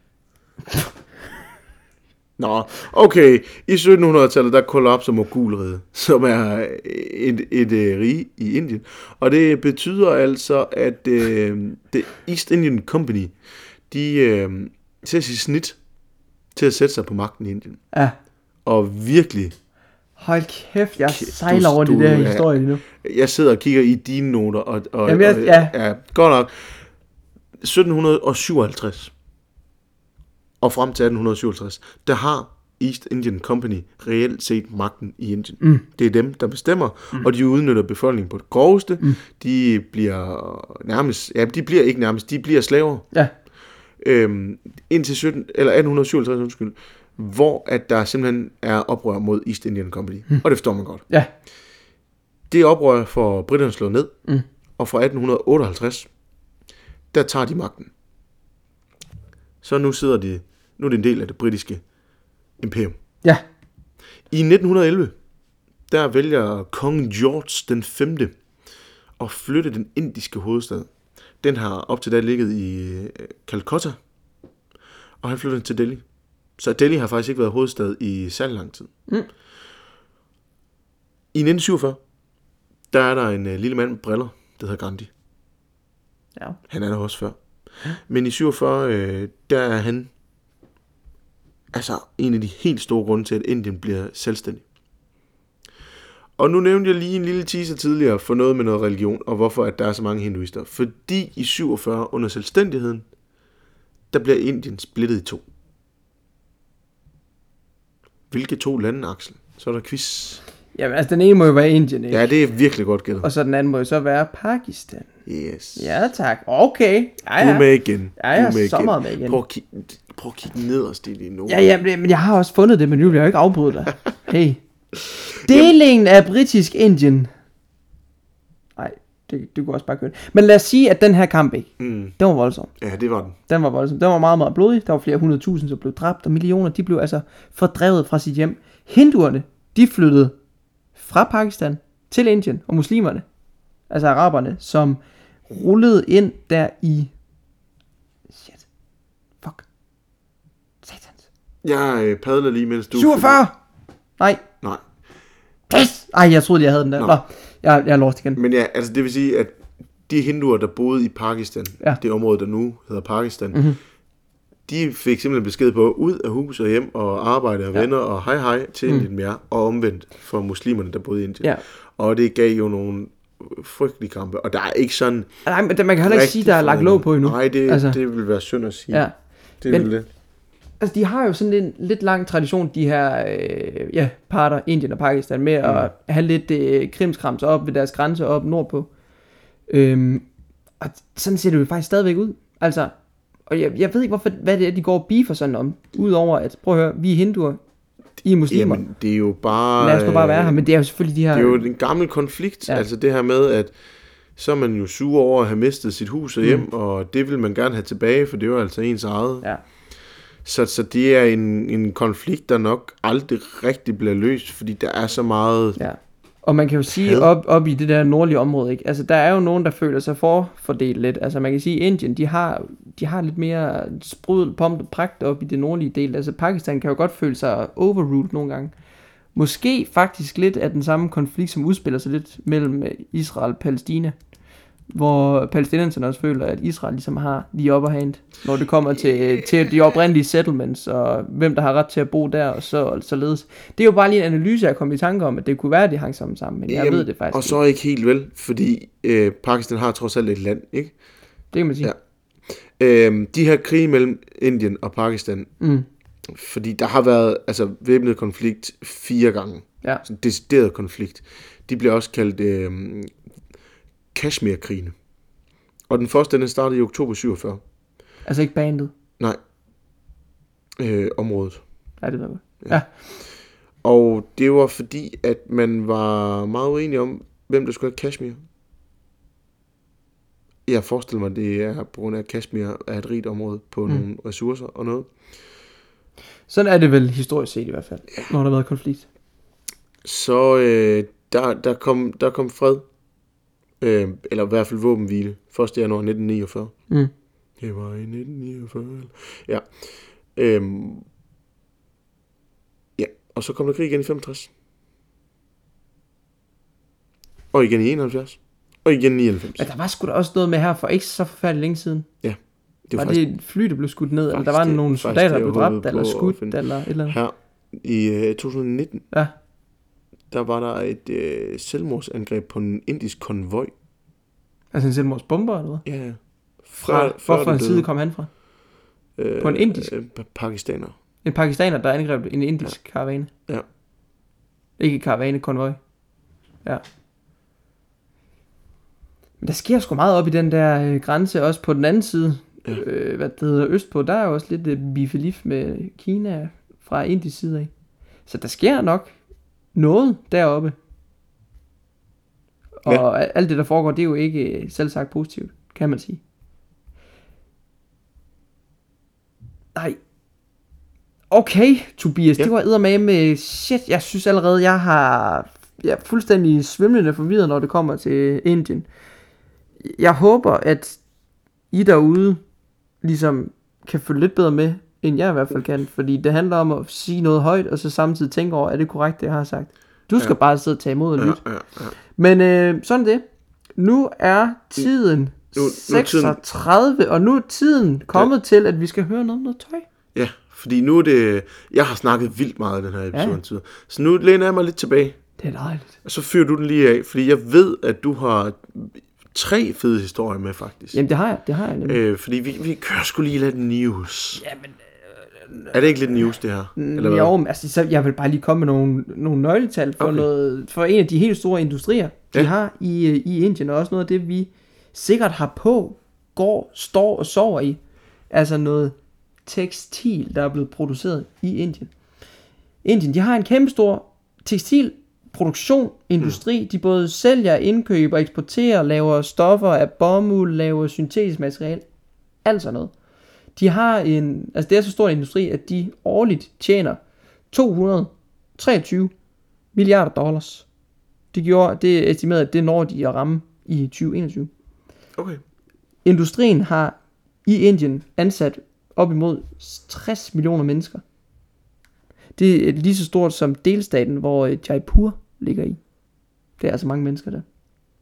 Nå, okay. I syttenhundredetallet, der kollapser Mogulriget, som er et, et, et rige i Indien. Og det betyder altså, at øh, det East Indian Company, de øh, ser sit snit til at sætte sig på magten i Indien. Ja. Og virkelig, Hold kæft, jeg Kæft, sejler du- over de du der er- historier lige nu. jeg sidder og kigger i dine noter, og, og, Jamen, jeg- og ja. ja, godt nok. sytten syvoghalvtreds og frem til atten syvoghalvtreds, der har East Indian Company reelt set magten i Indien. Mm. Det er dem, der bestemmer, mm. og de udnytter befolkningen på det groveste. Mm. De bliver nærmest, ja, de bliver ikke nærmest, de bliver slaver. Ja. Øhm, indtil sytten, eller atten syvoghalvtreds, undskyld, hvor at der simpelthen er oprør mod East Indian Company. Mm. Og det forstår man godt. Ja. Det oprør får britterne slået ned, Mm. og fra atten otteoghalvtreds, der tager de magten. Så nu sidder de, nu er det en del af det britiske imperium. Ja. I nitten elleve, der vælger kong George den femte at flytte den indiske hovedstad. Den har op til da ligget i øh, Calcutta, og han flytter den til Delhi. Så Delhi har faktisk ikke været hovedstad i særlig lang tid. Mm. I nitten syvogfyrre, der er der en øh, lille mand med briller, der hedder Gandhi. Ja. Han er der også før. Men i syvogfyrre, øh, der er han altså en af de helt store grunde til, at Indien bliver selvstændig. Og nu nævnte jeg lige en lille teaser tidligere for noget med noget religion, og hvorfor at der er så mange hinduister. Fordi i syvogfyrre under selvstændigheden, der bliver Indien splittet i to. Hvilke to lande, Axel? Så er der quiz. Jamen, altså den ene må jo være Indien, ikke? Ja, det er virkelig godt gættet. Og så den anden må jo så være Pakistan. Yes. Ja, tak. Okay. Ja, Du ja. er med igen. Ja, jeg Du er er så meget med igen. Prøv at kigge, prøv at kigge nederst i dine noter. Ja, ja, men men jeg har også fundet det, men nu vil jeg jo ikke afbryde dig. Hey. Delingen af britisk Indien. Nej, det, det kunne også bare køre. Men lad os sige, at den her kamp ikke, Mm. den var voldsom. Ja, det var den. Den var voldsom. Den var meget, meget blodig. Der var flere hundrede tusind, som blev dræbt, og millioner, de blev altså fordrevet fra sit hjem. Hinduerne, de flyttede fra Pakistan til Indien, og muslimerne, altså araberne, som rullede ind der i... Shit. Fuck. Satans. Jeg øh, padler lige, mens du... syvogfyrre! Nej. Nej. Pis! Ej, jeg troede, jeg havde den der. Nå. Nå, jeg, jeg er lost igen. Men ja, altså det vil sige, at de hinduer, der boede i Pakistan, Ja. det område, der nu hedder Pakistan, Mhm. de fik simpelthen besked på ud af hus og hjem og arbejde og Ja. venner og hej hej til Mm. Indien mere, og omvendt for muslimerne, der boede i Indien. Ja. Og det gav jo nogle frygtelige kampe, og der er ikke sådan... Nej, men man kan heller ikke sige, der er lagt låg på endnu. Nej, det, Altså. altså, det vil være synd at sige. Ja. Det Men- vil det. Altså, de har jo sådan en lidt lang tradition, de her øh, ja, parter, Indien og Pakistan, med at Mm. have lidt øh, krimskrams op ved deres grænse op nordpå. Øhm, og sådan ser det jo faktisk stadigvæk ud. Altså, og jeg, jeg ved ikke, hvorfor, hvad det er, de går og beefer sådan om. Udover at, prøv at høre, vi er hinduer, I er muslimer. Jamen, det er jo bare... Lad os nu bare være her, men det er jo selvfølgelig de her... Det er jo en gammel konflikt, Ja. ja. altså det her med, at så er man jo sur over at have mistet sit hus og hjem, Mm. mm. og det vil man gerne have tilbage, for det er jo altså ens eget. Ja. Så, så det er en, en konflikt, der nok aldrig rigtig bliver løst, fordi der er så meget... Ja. Og man kan jo sige, Had. op, op i det der nordlige område, ikke? Altså, der er jo nogen, der føler sig forfordelt lidt. Altså, man kan sige, at Indien, de har, de har lidt mere sprudel, pomp og pragt op i det nordlige del. Altså, Pakistan kan jo godt føle sig overruled nogle gange. Måske faktisk lidt af den samme konflikt, som udspiller sig lidt mellem Israel og Palæstina. hvor palæstinenserne også føler, at Israel ligesom har lige upper hand, når det kommer til, til de oprindelige settlements, og hvem der har ret til at bo der, og så og således. Det er jo bare lige en analyse, jeg kom i tanke om, at det kunne være, at de hang sammen sammen, men jeg Jamen, ved det faktisk og så ikke helt vel, fordi øh, Pakistan har trods alt et land, ikke? Det kan man sige. Ja. Øhm, de her krige mellem Indien og Pakistan, Mm. fordi der har været altså væbnet konflikt fire gange, Ja. sådan en decideret konflikt. De bliver også kaldt øh, Kashmir-krigene. Og den første, den startede i oktober syvogfyrre. Altså ikke bandet. Nej, øh, området. Ja, det var godt. Ja. Og det var fordi, at man var meget uenig om, hvem der skulle have Kashmir. Jeg forestiller mig, det er på grund af, at Kashmir er et rigt område på mm. nogle ressourcer og noget. Sådan er det vel historisk set i hvert fald, ja. Når der har været konflikt. Så øh, der, der, kom, der kom fred, øh, eller i hvert fald våbenhvile, første januar nitten niogfyrre. Mm. Det var i nitten niogfyrre. Ja. Øhm, ja, og så kom der krig igen i femogtres. Og igen i enoghalvfjerds. Og igen i nioghalvfems. Men der var sgu da også noget med her for ikke så forfærdeligt længe siden. Ja. Det var, var faktisk, det et fly, der blev skudt ned, eller der var det, nogle soldater, der blev dræbt, eller skudt, eller et eller andet? Her i øh, to tusind nitten, ja. Der var der et øh, selvmordsangreb på en indisk konvoj. Altså en selvmordsbomber, eller hvad? Ja, ja. Fra, hvorfor en side kom han fra? Øh, på en indisk? Øh, pakistaner. En pakistaner, der angreb en indisk ja. karavane? Ja. Ikke karavane, konvoj. Ja. Men der sker sgu meget op i den der øh, grænse, også på den anden side. Ja. Øh, hvad det hedder østpå, der er jo også lidt øh, bifalif med Kina fra indisk side af. Så der sker nok noget deroppe. Og ja. alt det der foregår, det er jo ikke selv sagt positivt, kan man sige. Nej. Okay, Tobias, ja. Det var eddermame med shit, jeg synes allerede, jeg har jeg er fuldstændig svimlende forvirret, når det kommer til Indien. Jeg håber, at I derude ligesom kan følge lidt bedre med, end jeg i hvert fald kan, fordi det handler om at sige noget højt, og så samtidig tænke over, er det korrekt, det jeg har sagt? Du skal ja. bare sidde og tage imod og lytte. Ja, ja, ja. Men øh, sådan det. Nu er tiden nu, nu seksogtredive, tiden... og nu er tiden kommet ja. til, at vi skal høre noget om noget tøj. Ja, fordi nu er det... Jeg har snakket vildt meget i den her episode, ja. Så nu læner jeg mig lidt tilbage. Det er dejligt. Og så fyrer du den lige af, fordi jeg ved, at du har tre fede historier med, faktisk. Jamen, det har jeg, det har jeg nemlig. Øh, fordi vi, vi kører sgu lige lidt news. Jamen... Er det ikke lidt news, det her? Eller jo, men altså, så jeg vil bare lige komme med nogle, nogle nøgletal for, okay. noget, for en af de helt store industrier, de ja. har i, i Indien, og også noget af det, vi sikkert har på, går, står og sover i. Altså noget tekstil, der er blevet produceret i Indien. Indien, de har en kæmpe stor tekstilproduktion, industri. Mm. De både sælger, indkøber, eksporterer, laver stoffer af bomuld, laver syntetisk materiale. Alt sådan noget. De har en, altså det er så stor en industri, at de årligt tjener to hundrede og treogtyve milliarder dollars. Det gjorde, det er estimeret, at det når de at ramme i tyve enogtyve. Okay. Industrien har i Indien ansat op imod tres millioner mennesker. Det er lige så stort som delstaten, hvor Jaipur ligger i. Det er altså mange mennesker der.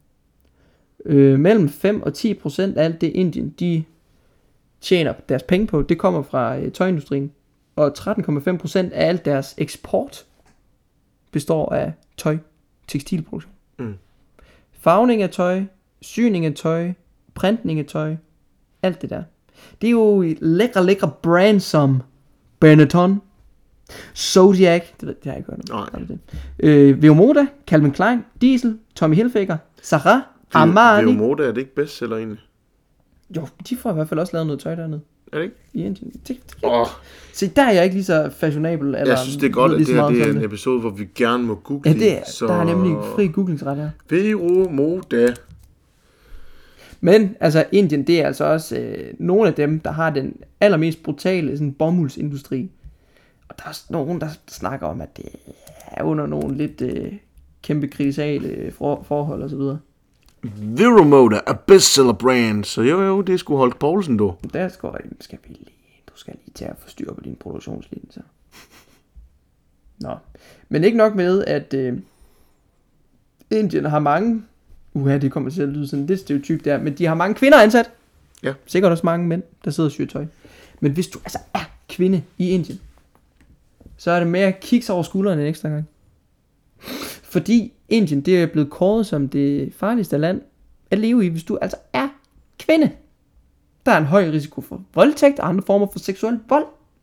Øh, mellem fem og ti procent af alt det Indien, de tjener deres penge på, det kommer fra øh, tøjindustrien. Og tretten komma fem procent af alt deres eksport består af tøj, tekstilproduktion. Mm. Farvning af tøj, syning af tøj, printning af tøj, alt det der. Det er jo lækre, lækre brands som Benetton, Zodiac, det, det har jeg ikke hørt om. Det. Øh, Veomoda, Calvin Klein, Diesel, Tommy Hilfiger, Zara, Armani. Veomoda, er det ikke bedstseller egentlig? Jo, de får i hvert fald også lavet noget tøj dernede. Er det ikke? I Indien. Det, det, oh. Se, der er jeg ikke lige så fashionabel. Eller jeg synes, det er godt, at det her det er en episode, hvor vi gerne må google. Ja, det er, så... der er nemlig fri googlingsret her. Veomoda. Men, altså, Indien, det er altså også øh, nogle af dem, der har den allermest brutale sådan, bomuldsindustri. Og der er også nogen, der snakker om, at det er under nogle lidt øh, kæmpe kritisale for, forhold og så videre. Veomoda, a bestseller brand. Så jo, jo, det er sgu Holk Poulsen, du. Der skal, skal vi lige, du skal lige tage at få styr på din produktionslinje, så. Nå. Men ikke nok med, at øh, Indien har mange Uha, det kommer til at lyde sådan lidt stereotyp der, men de har mange kvinder ansat. Ja. Sikkert også mange mænd, der sidder og syr tøj. Men hvis du altså er kvinde i Indien, så er det mere at kigge sig over skulderen en ekstra gang. Fordi Indien, det er blevet kåret som det farligste land at leve i, hvis du altså er kvinde. Der er en høj risiko for voldtægt og andre former for seksuel vold.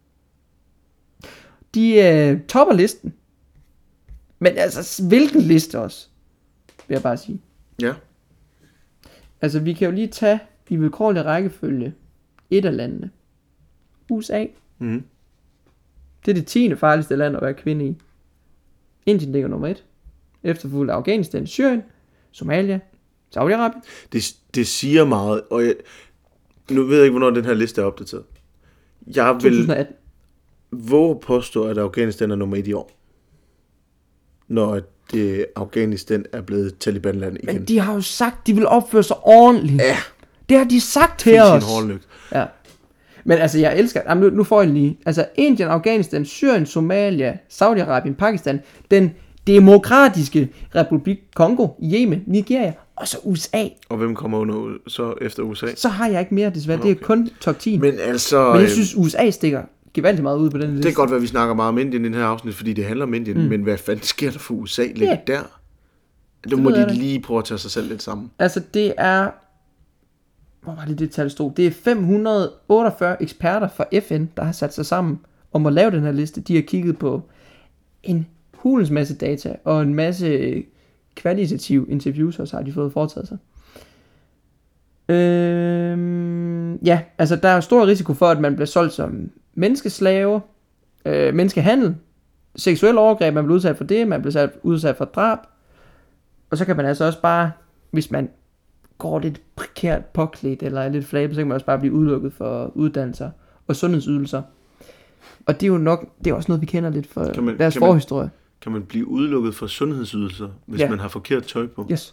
De øh, topper listen. Men altså, hvilken liste også, vil jeg bare sige. Ja. Altså, vi kan jo lige tage i vilkårlig rækkefølge et af landene. U S A. Mm. Det er det tiende farligste land at være kvinde i. Indien ligger nummer et. Efterfulgt af Afghanistan, Syrien, Somalia, Saudi-Arabien. Det, det siger meget, og jeg, nu ved jeg ikke, hvornår den her liste er opdateret. Jeg vil to tusind og atten. våge at påstå, at Afghanistan er nummer et i år. Når det, Afghanistan er blevet Taliban-land igen. Men de har jo sagt, de vil opføre sig ordentligt. Ja. Det har de sagt til Fis os. en hårdlygt. Ja. Men altså, jeg elsker... Jamen, nu, nu får jeg lige... Altså, Indien, Afghanistan, Syrien, Somalia, Saudi-Arabien, Pakistan, den demokratiske republik Kongo, Yemen, Nigeria, og så U S A. Og hvem kommer under så efter U S A? Så har jeg ikke mere, desværre. Okay. Det er kun top ti. Men, Men altså... Men jeg synes, U S A stikker gevaldigt meget ud på den liste. Det kan godt være, at vi snakker meget om Indien i den her afsnit, fordi det handler om Indien. Mm. Men hvad fanden sker der for U S A ligge Ja. der? Det, Det må ved jeg de da. lige prøve at tage sig selv lidt sammen. Altså, det er... Hvor var det, det tal stod? Det er fem hundrede otteogfyrre eksperter fra F N, der har sat sig sammen om at lave den her liste. De har kigget på en hulens masse data og en masse kvalitative interviews også har de fået foretaget sig. Øhm, ja, altså der er jo stor risiko for, at man bliver solgt som menneskeslave, øh, menneskehandel, seksuel overgreb, man bliver udsat for det, man bliver udsat for drab, og så kan man altså også bare, hvis man går lidt prekært påklædt eller er lidt flabet, så kan man også bare blive udelukket for uddannelser og sundhedsydelser. Og det er jo nok, det er også noget, vi kender lidt fra Kan man- deres kan man- forhistorie. Kan man blive udelukket fra sundhedsydelser, hvis Ja. man har forkert tøj på? Yes.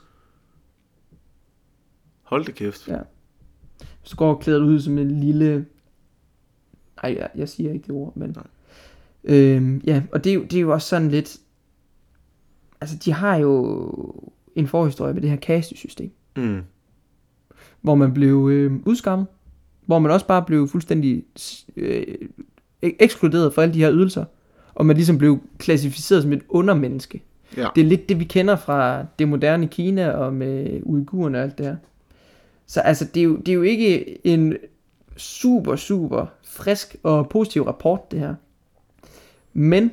Hold det kæft. Ja. Så går klæder du ud som en lille... Ej, jeg, jeg siger ikke det ord, men... Øhm, ja, og det er, jo, det er jo også sådan lidt... Altså, de har jo en forhistorie med det her kastesystem, Mm. hvor man blev øh, udskammet, hvor man også bare blev fuldstændig øh, ekskluderet fra alle de her ydelser, og man ligesom blev klassificeret som et undermenneske. Ja. Det er lidt det, vi kender fra det moderne Kina og med uigurerne og alt det her. Så altså, det er jo, det er jo ikke en super, super frisk og positiv rapport, det her. Men,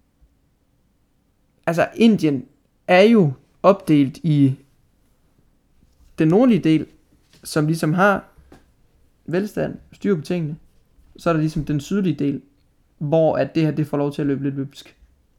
altså, Indien er jo opdelt i den nordlige del, som ligesom har velstand, styr på tingene. Så er der ligesom den sydlige del, hvor at det her, det får lov til at løbe lidt løbsk.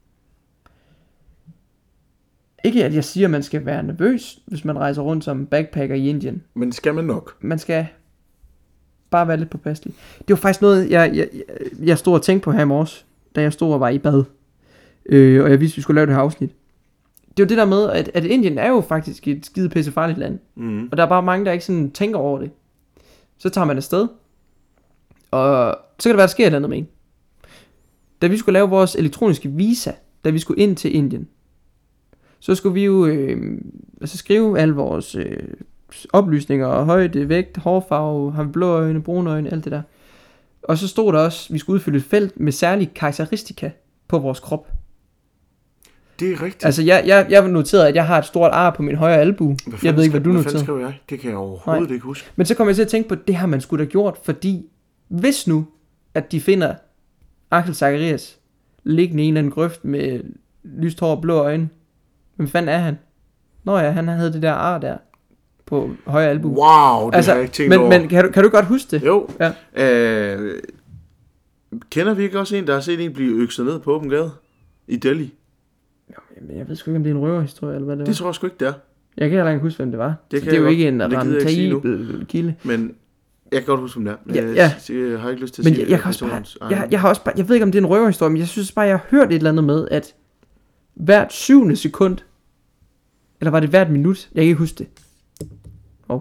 Ikke at jeg siger, at man skal være nervøs, hvis man rejser rundt som backpacker i Indien. Men skal man nok? Man skal bare være lidt påpasselig. Det var faktisk noget, jeg, jeg, jeg stod og tænkte på her i morges, da jeg stod og var i bad. Øh, og jeg vidste, vi skulle lave det her afsnit. Det er jo det der med, at, at Indien er jo faktisk et skide pisse farligt land. Mm. Og der er bare mange, der ikke sådan tænker over det. Så tager man afsted. Og så kan det være, der sker et eller andet med en. Da vi skulle lave vores elektroniske visa, da vi skulle ind til Indien, så skulle vi jo øh, altså skrive alle vores øh, oplysninger, højde, vægt, hårfarve, har vi blå øjne, brune øjne, alt det der. Og så stod der også, vi skulle udfylde et felt med særlige karakteristika på vores krop. Det er rigtigt. Altså jeg, jeg, jeg noterede, at jeg har et stort ar på min højre albue. Hvad Jeg ved ikke, hvad du Hvad fanden noterede. skrev jeg? Det kan jeg overhovedet Nej. ikke huske. Men så kom jeg til at tænke på, at det har man sgu da gjort, fordi hvis nu, at de finder Axel Zacharias liggende i en eller anden grøft med lyst hår og blå øjne, hvem fanden er han? Nå ja, han havde det der ar der på højre albue. Wow, det altså, har jeg ikke tænkt men, over. men kan du, kan du godt huske det? Jo. Ja. Øh, kender vi ikke også en, der har set en blive økset ned på åben gade? I Delhi? Jamen, jeg ved sgu ikke, om det er en røverhistorie, eller hvad det var. Det tror jeg sgu ikke, det er. Jeg kan heller ikke huske, hvem det var. Det Det, kan det er jo jeg ikke godt, en men det gider jeg ikke sige nu. rentabel kilde. Men jeg kan godt huske, hvem det er. Men Ja, jeg, ja. jeg har ikke lyst til at Men sige, jeg, jeg, kan også bare, personens egen- jeg, jeg har også bare, jeg ved ikke, om det er en røverhistorie, men jeg synes bare, jeg har hørt et eller andet med, at hvert syvende sekund, eller var det hvert minut, jeg kan ikke huske det. Oh.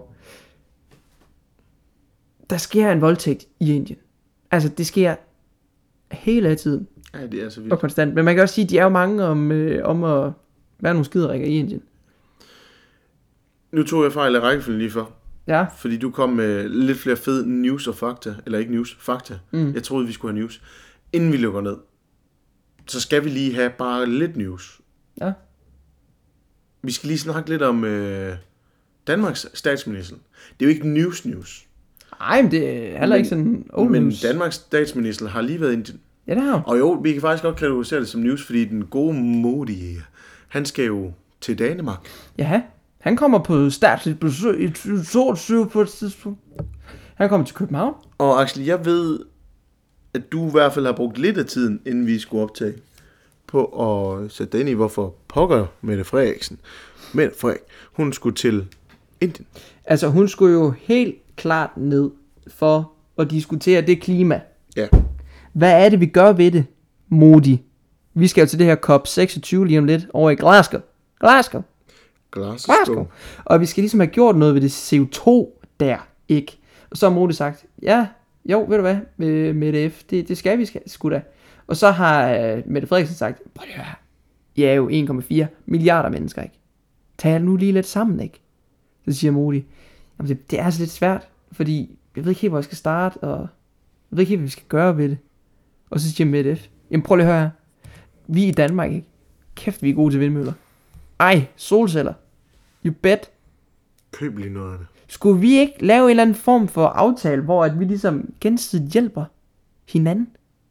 Der sker en voldtægt i Indien. Altså, det sker hele tiden Ja, det er så og vildt. konstant. Men man kan også sige, at de er jo mange om, øh, om at være nogle skiderikker i Indien. Nu tog jeg fejl af rækkefølgen lige før. Ja. Fordi du kom med lidt flere fede news og fakta. Eller ikke news, fakta. Mm. Jeg troede, vi skulle have news. Inden vi lukker ned, så skal vi lige have bare lidt news. Ja. Vi skal lige snakke lidt om øh, Danmarks statsminister. Det er jo ikke news news. Ej, men det er heller ikke sådan old Men news. Danmarks statsminister har lige været i Indien. Ja, det har hun. Og jo, vi kan faktisk godt kategorisere det som news, fordi den gode Modi, han skal jo til Danmark. Ja, han kommer på statsligt besøg i toogtyve på et tidspunkt. Han kommer til København. Og Axel, jeg ved, at du i hvert fald har brugt lidt af tiden, inden vi skulle optage, på at sætte dig ind i, hvorfor pokker Mette Frederiksen, Mette Frederik, hun skulle til Indien. Altså, hun skulle jo helt klart ned for at diskutere det klima. Ja. Hvad er det, vi gør ved det, Modi? Vi skal jo til det her COP seksogtyve lige om lidt over i Glasgow. Glasgow. Glasgow. Glasgow. Og vi skal ligesom have gjort noget ved det C O to der, ikke? Og så har Modi sagt, ja, jo, ved du hvad, med, med det F, det, det skal vi skal, sgu da. Og så har uh, Mette Frederiksen sagt, prøv lige at høre, I er jo en komma fire milliarder mennesker, ikke? Tag jer nu lige lidt sammen, ikke? Så siger Modi, jamen det, det er altså lidt svært, fordi jeg ved ikke helt, hvor jeg skal starte, og jeg ved ikke helt, hvad vi skal gøre ved det. Og så siger Mette F, jamen prøv lige at høre her, vi i Danmark, ikke? Kæft, vi er gode til vindmøller. Ej, solceller. You bet. Køb lige noget af det. Skulle vi ikke lave en eller anden form for aftale, hvor at vi ligesom gensidigt hjælper hinanden?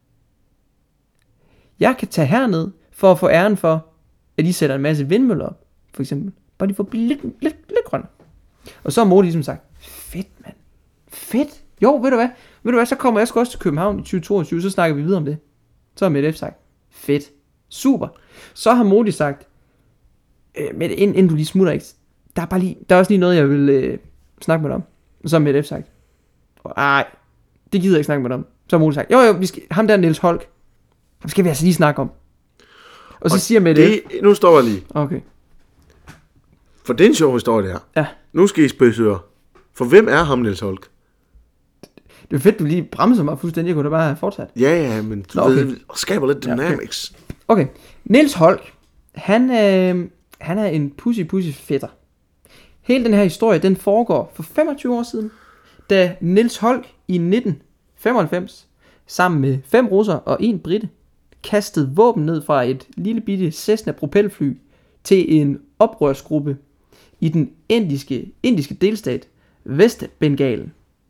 Jeg kan tage herned for at få æren for, at I sætter en masse vindmøller op, for eksempel. Bare de får blive lidt, lidt, lidt grønne. Og så har Modi ligesom sagt, fedt mand, fedt. Jo, ved du hvad, ved du hvad, så kommer jeg sgu også til København i tyve toogtyve, så snakker vi videre om det. Så har Mette F sagt, fedt, super. Så har Modi sagt, øh, Mette, inden, inden du lige smutter, ikke? Der er, bare lige, der er også lige noget, jeg vil øh, snakke med dig om. Og så har Mette F sagt, ej, det gider jeg ikke snakke med dig om. Så har Modi sagt, jo jo, vi skal, ham der Niels Holk, ham skal vi altså lige snakke om. Og så og siger Mette det, F, nu står jeg lige. okay. For det er en sjov historie, det her. Ja. Nu skal I spidse ører. For hvem er ham, Niels Holk? Det er fedt, du lige bremser mig fuldstændig. Jeg kunne da bare have fortsat. Ja, ja, men du Nå, okay. ved, skaber lidt dynamics. Ja, okay. okay. Niels Holk, han, øh, han er en pussy pussy fætter. Hele den her historie, den foregår for femogtyve år siden, da Niels Holk i nitten femoghalvfems, sammen med fem russere og en brite, kastede våben ned fra et lille bitte Cessna propelfly til en oprørsgruppe i den indiske, indiske delstat Vestbengalen.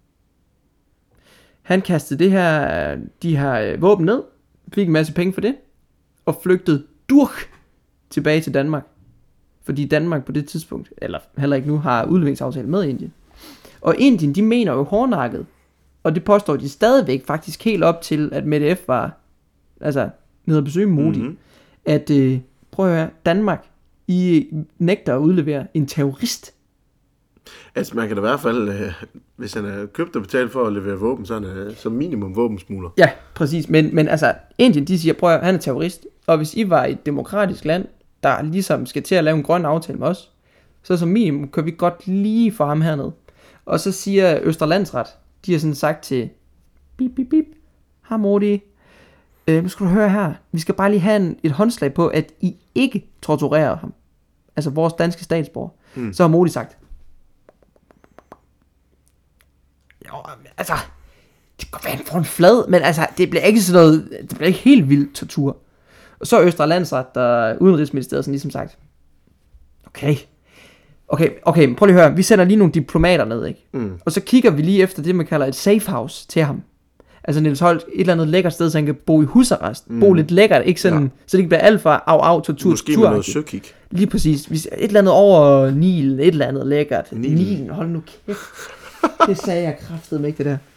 Han kastede det her, de her våben ned, fik en masse penge for det, og flygtede durk tilbage til Danmark. Fordi Danmark på det tidspunkt, eller heller ikke nu, har udleveringsaftale med Indien. Og Indien, de mener jo hårdnakket, og det påstår de stadigvæk faktisk helt op til, at Mette F var, altså nede at besøge Modi, mm-hmm. at øh, prøv at høre, Danmark, I nægter at udlevere en terrorist. Altså man kan da i hvert fald, øh, hvis han er købt og betalt for at levere våben, så er han øh, som minimum våbensmugler. Ja, præcis. Men, men altså, Indien, de siger, prøv at høre, han er terrorist. Og hvis I var et demokratisk land, der ligesom skal til at lave en grøn aftale med os, så som minimum kan vi godt lige få ham herned. Og så siger Østerlandsret, de har sådan sagt til, bip, bip, bip, her Modi, øh, nu skal du høre her, vi skal bare lige have en, et håndslag på, at I ikke torturerer ham. Altså vores danske statsborger. Mm. Så har Modi sagt, jo, altså, det kan være for en flad, men altså, det bliver ikke sådan noget, det bliver ikke helt vildt tortur. Og så Østre Landsret, der Udenrigsministeriet sådan ligesom sagt, okay, okay, okay, prøv lige at høre, vi sender lige nogle diplomater ned, ikke? Mm. Og så kigger vi lige efter det, man kalder et safe house til ham. Altså Niels Holk, et eller andet lækkert sted, så han kan bo i husarrest, mm. bo lidt lækkert, ikke sådan, ja. Så det ikke bliver alt for af, af, tortur. Måske med noget søkig. Lige præcis, et eller andet over Nilen, et eller andet lækkert. Nilen, Nilen hold nu kæft. Det sagde jeg kraftedeme ikke, det der.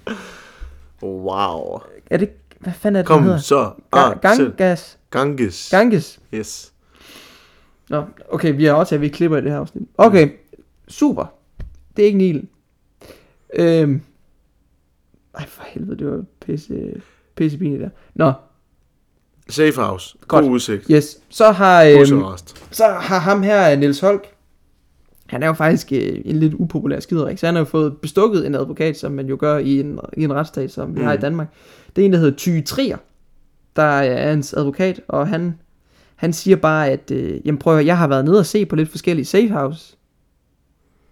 Wow. Er det, hvad fanden er det, Kom den hedder? så. Ah, Ganges. Ganges. Ganges. Yes. Nå, okay, vi har også at vi klipper i det her afsnit. Okay, mm. Super. Det er ikke Nilen. Øhm. Ej, for helvede, det var pisse, pisse pinligt der. Nå. Safe house. God udsigt. Yes. Så har, øhm, så har ham her, Niels Holk, han er jo faktisk øh, en lidt upopulær skiderik, så han har jo fået bestukket en advokat, som man jo gør i en, i en retsstat, som vi mm. har i Danmark. Det er en, der hedder Ty Trier, der er hans advokat, og han, han siger bare, at øh, jamen prøv at, jeg har været nede og se på lidt forskellige safe house,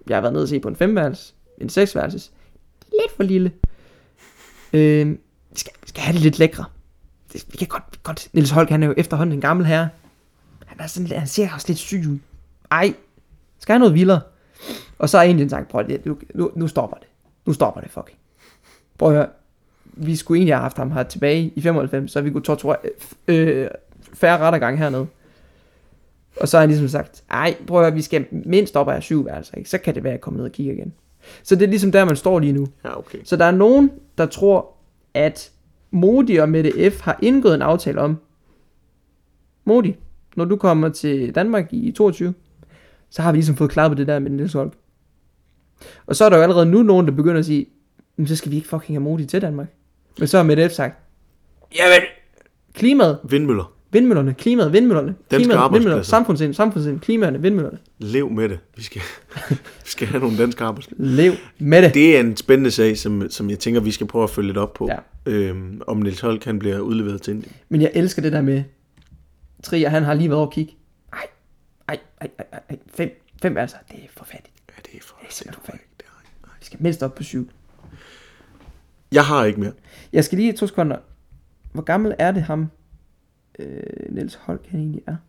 Jeg har været nede og se på en femværelses, en seksværelses. Lidt for lille. Øh, vi, skal, vi skal have det lidt lækre. Det, vi kan godt, godt. Niels Holk, han er jo efterhånden en gammel herre. Han, er sådan, han ser også lidt syg ud. Ej, skal have noget vildere. Og så har Indien sagt, prøv lige, nu, nu, nu stopper det. Nu stopper det, fucking. Prøv at høre. Vi skulle egentlig have haft ham her tilbage i femoghalvfems, så vi kunne torturere øh, færre rettergang hernede. Og så har han ligesom sagt, ej, prøv at høre, vi skal mindst op af syv værelser, ikke? Så kan det være, at jeg kommer ned og kigger igen. Så det er ligesom der, man står lige nu. Ja, okay. Så der er nogen, der tror, at Modi og Mette F. har indgået en aftale om, Modi, når du kommer til Danmark i toogtyve, så har vi ligesom fået klappet det der med Niels Holk. Og så er der jo allerede nu nogen, der begynder at sige, så skal vi ikke fucking have Modi til Danmark. Men så har Mette F. sagt, jamen, klimaet, Vindmøller. vindmøllerne, klimaet, vindmøllerne, Danske klimaet, vindmøller, arbejdspladser. samfundsind, samfundsind, klimaerne, vindmøllerne. Lev med det. Vi skal, vi skal have nogle danske arbejdspladser. Lev med det. Det er en spændende sag, som, som jeg tænker, vi skal prøve at følge lidt op på. Ja. Øhm, om Niels Holk kan blive udleveret til Indien. Men jeg elsker det der med, Trier, han har lige været over at kigge. Ej, ej, ej, ej, ej, fem, fem altså, det er for fattigt. Ja, det er for, Det er simpelthen for fattigt. det er, nej. Vi skal mindst op på syv. Jeg har ikke mere. Jeg skal lige to sekunder. Hvor gammel er det ham, øh, Niels Holk, han egentlig er?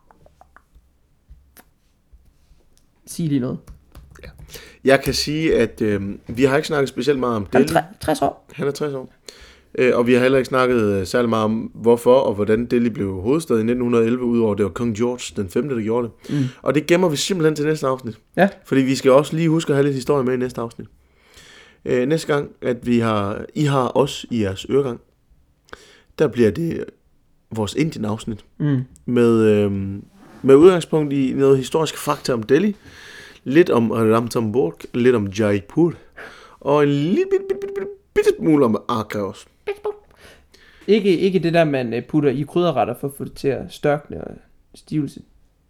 Sig lige noget. Jeg kan sige, at øh, vi har ikke snakket specielt meget om Han er Delhi. tre- tres år. Han er tres år. Øh, og vi har heller ikke snakket øh, særlig meget om, hvorfor og hvordan Delhi blev hovedstad i nitten elleve, udover det var kong George den femte, der gjorde det. Mm. Og det gemmer vi simpelthen til næste afsnit. Ja. Fordi vi skal også lige huske at have lidt historie med i næste afsnit. Øh, næste gang, at vi har, I har os i jeres øregang, der bliver det vores Indien-afsnit. Mm. Med, øh, med udgangspunkt i noget historisk fakta om Delhi. Lidt om Ranthambore, lidt om Jaipur. Og en lille bitte, bitte, bitte, bitte, bitte smule om Agra også. Ikke, ikke det der, man øh, putter i krydderretter for at få det til at størkne og stivelse.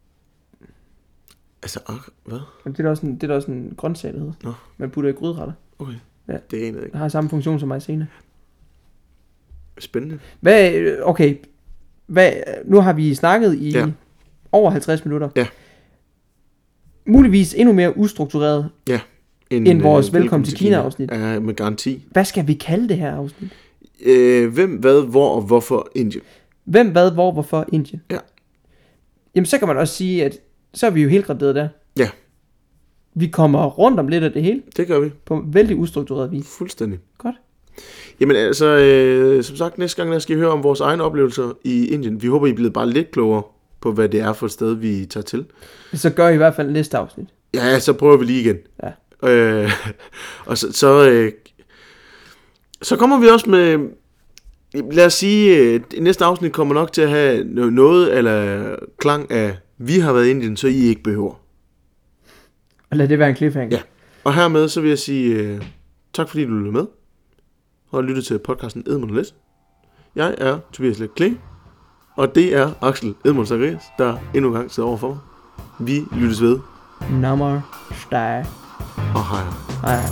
Altså, Agra, hvad? Men det er da også en, det er da også en grøntsag, der hedder. Nå. Man putter i krydderretter. Okay, Ja. det er en ikke. Der har samme funktion som maizena. Spændende. Hvad, øh, okay. Hvad, nu har vi snakket i Ja. over halvtreds minutter. Ja. Muligvis endnu mere ustruktureret. En, End vores Velkommen til Kina-afsnit. Ja, med garanti. Hvad skal vi kalde det her afsnit? Øh, hvem, hvad, hvor og hvorfor Indien? Hvem, hvad, hvor, hvorfor Indien? Ja. Jamen så kan man også sige, at så er vi jo helt graderet der. Ja. Vi kommer rundt om lidt af det hele, Det gør vi. på vældig ustruktureret vis. Fuldstændig. Godt. Jamen altså, øh, som sagt, næste gang der skal I høre om vores egne oplevelser i Indien. Vi håber, I er blevet bare lidt klogere på, hvad det er for et sted, vi tager til. Så gør I i hvert fald næste afsnit. Ja, så prøver vi lige igen. Ja. Øh, og så, så, øh, så kommer vi også med, lad os sige, øh, næste afsnit kommer nok til at have noget eller klang af, vi har været i Indien, så I ikke behøver. Og lad det være en cliffhanger. Ja. Og hermed så vil jeg sige øh, tak fordi du lyttede med og lyttede til podcasten Edmund Let. Jeg er Tobias Let Kling, og det er Axel Edmund Zacharias, der endnu en gang sidder overfor mig. Vi lyttes ved, Namaste. og hej. Hej.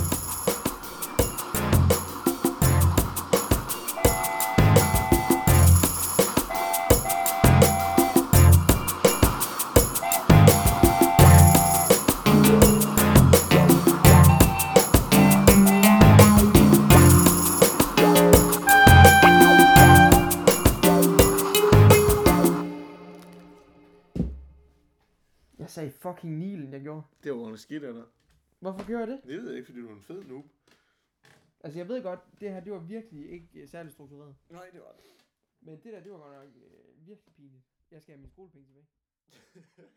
Jeg sagde fucking Nilen, jeg gjorde. Det var noget skidt af dig. Hvorfor gjorde jeg det? Det ved jeg ikke, fordi du er en fed noob. Altså jeg ved godt, det her det var virkelig ikke øh, særlig struktureret. Nej, det var det. Men det der, det var godt nok øh, virkelig pinligt. Jeg skal have mine skolepenge tilbage.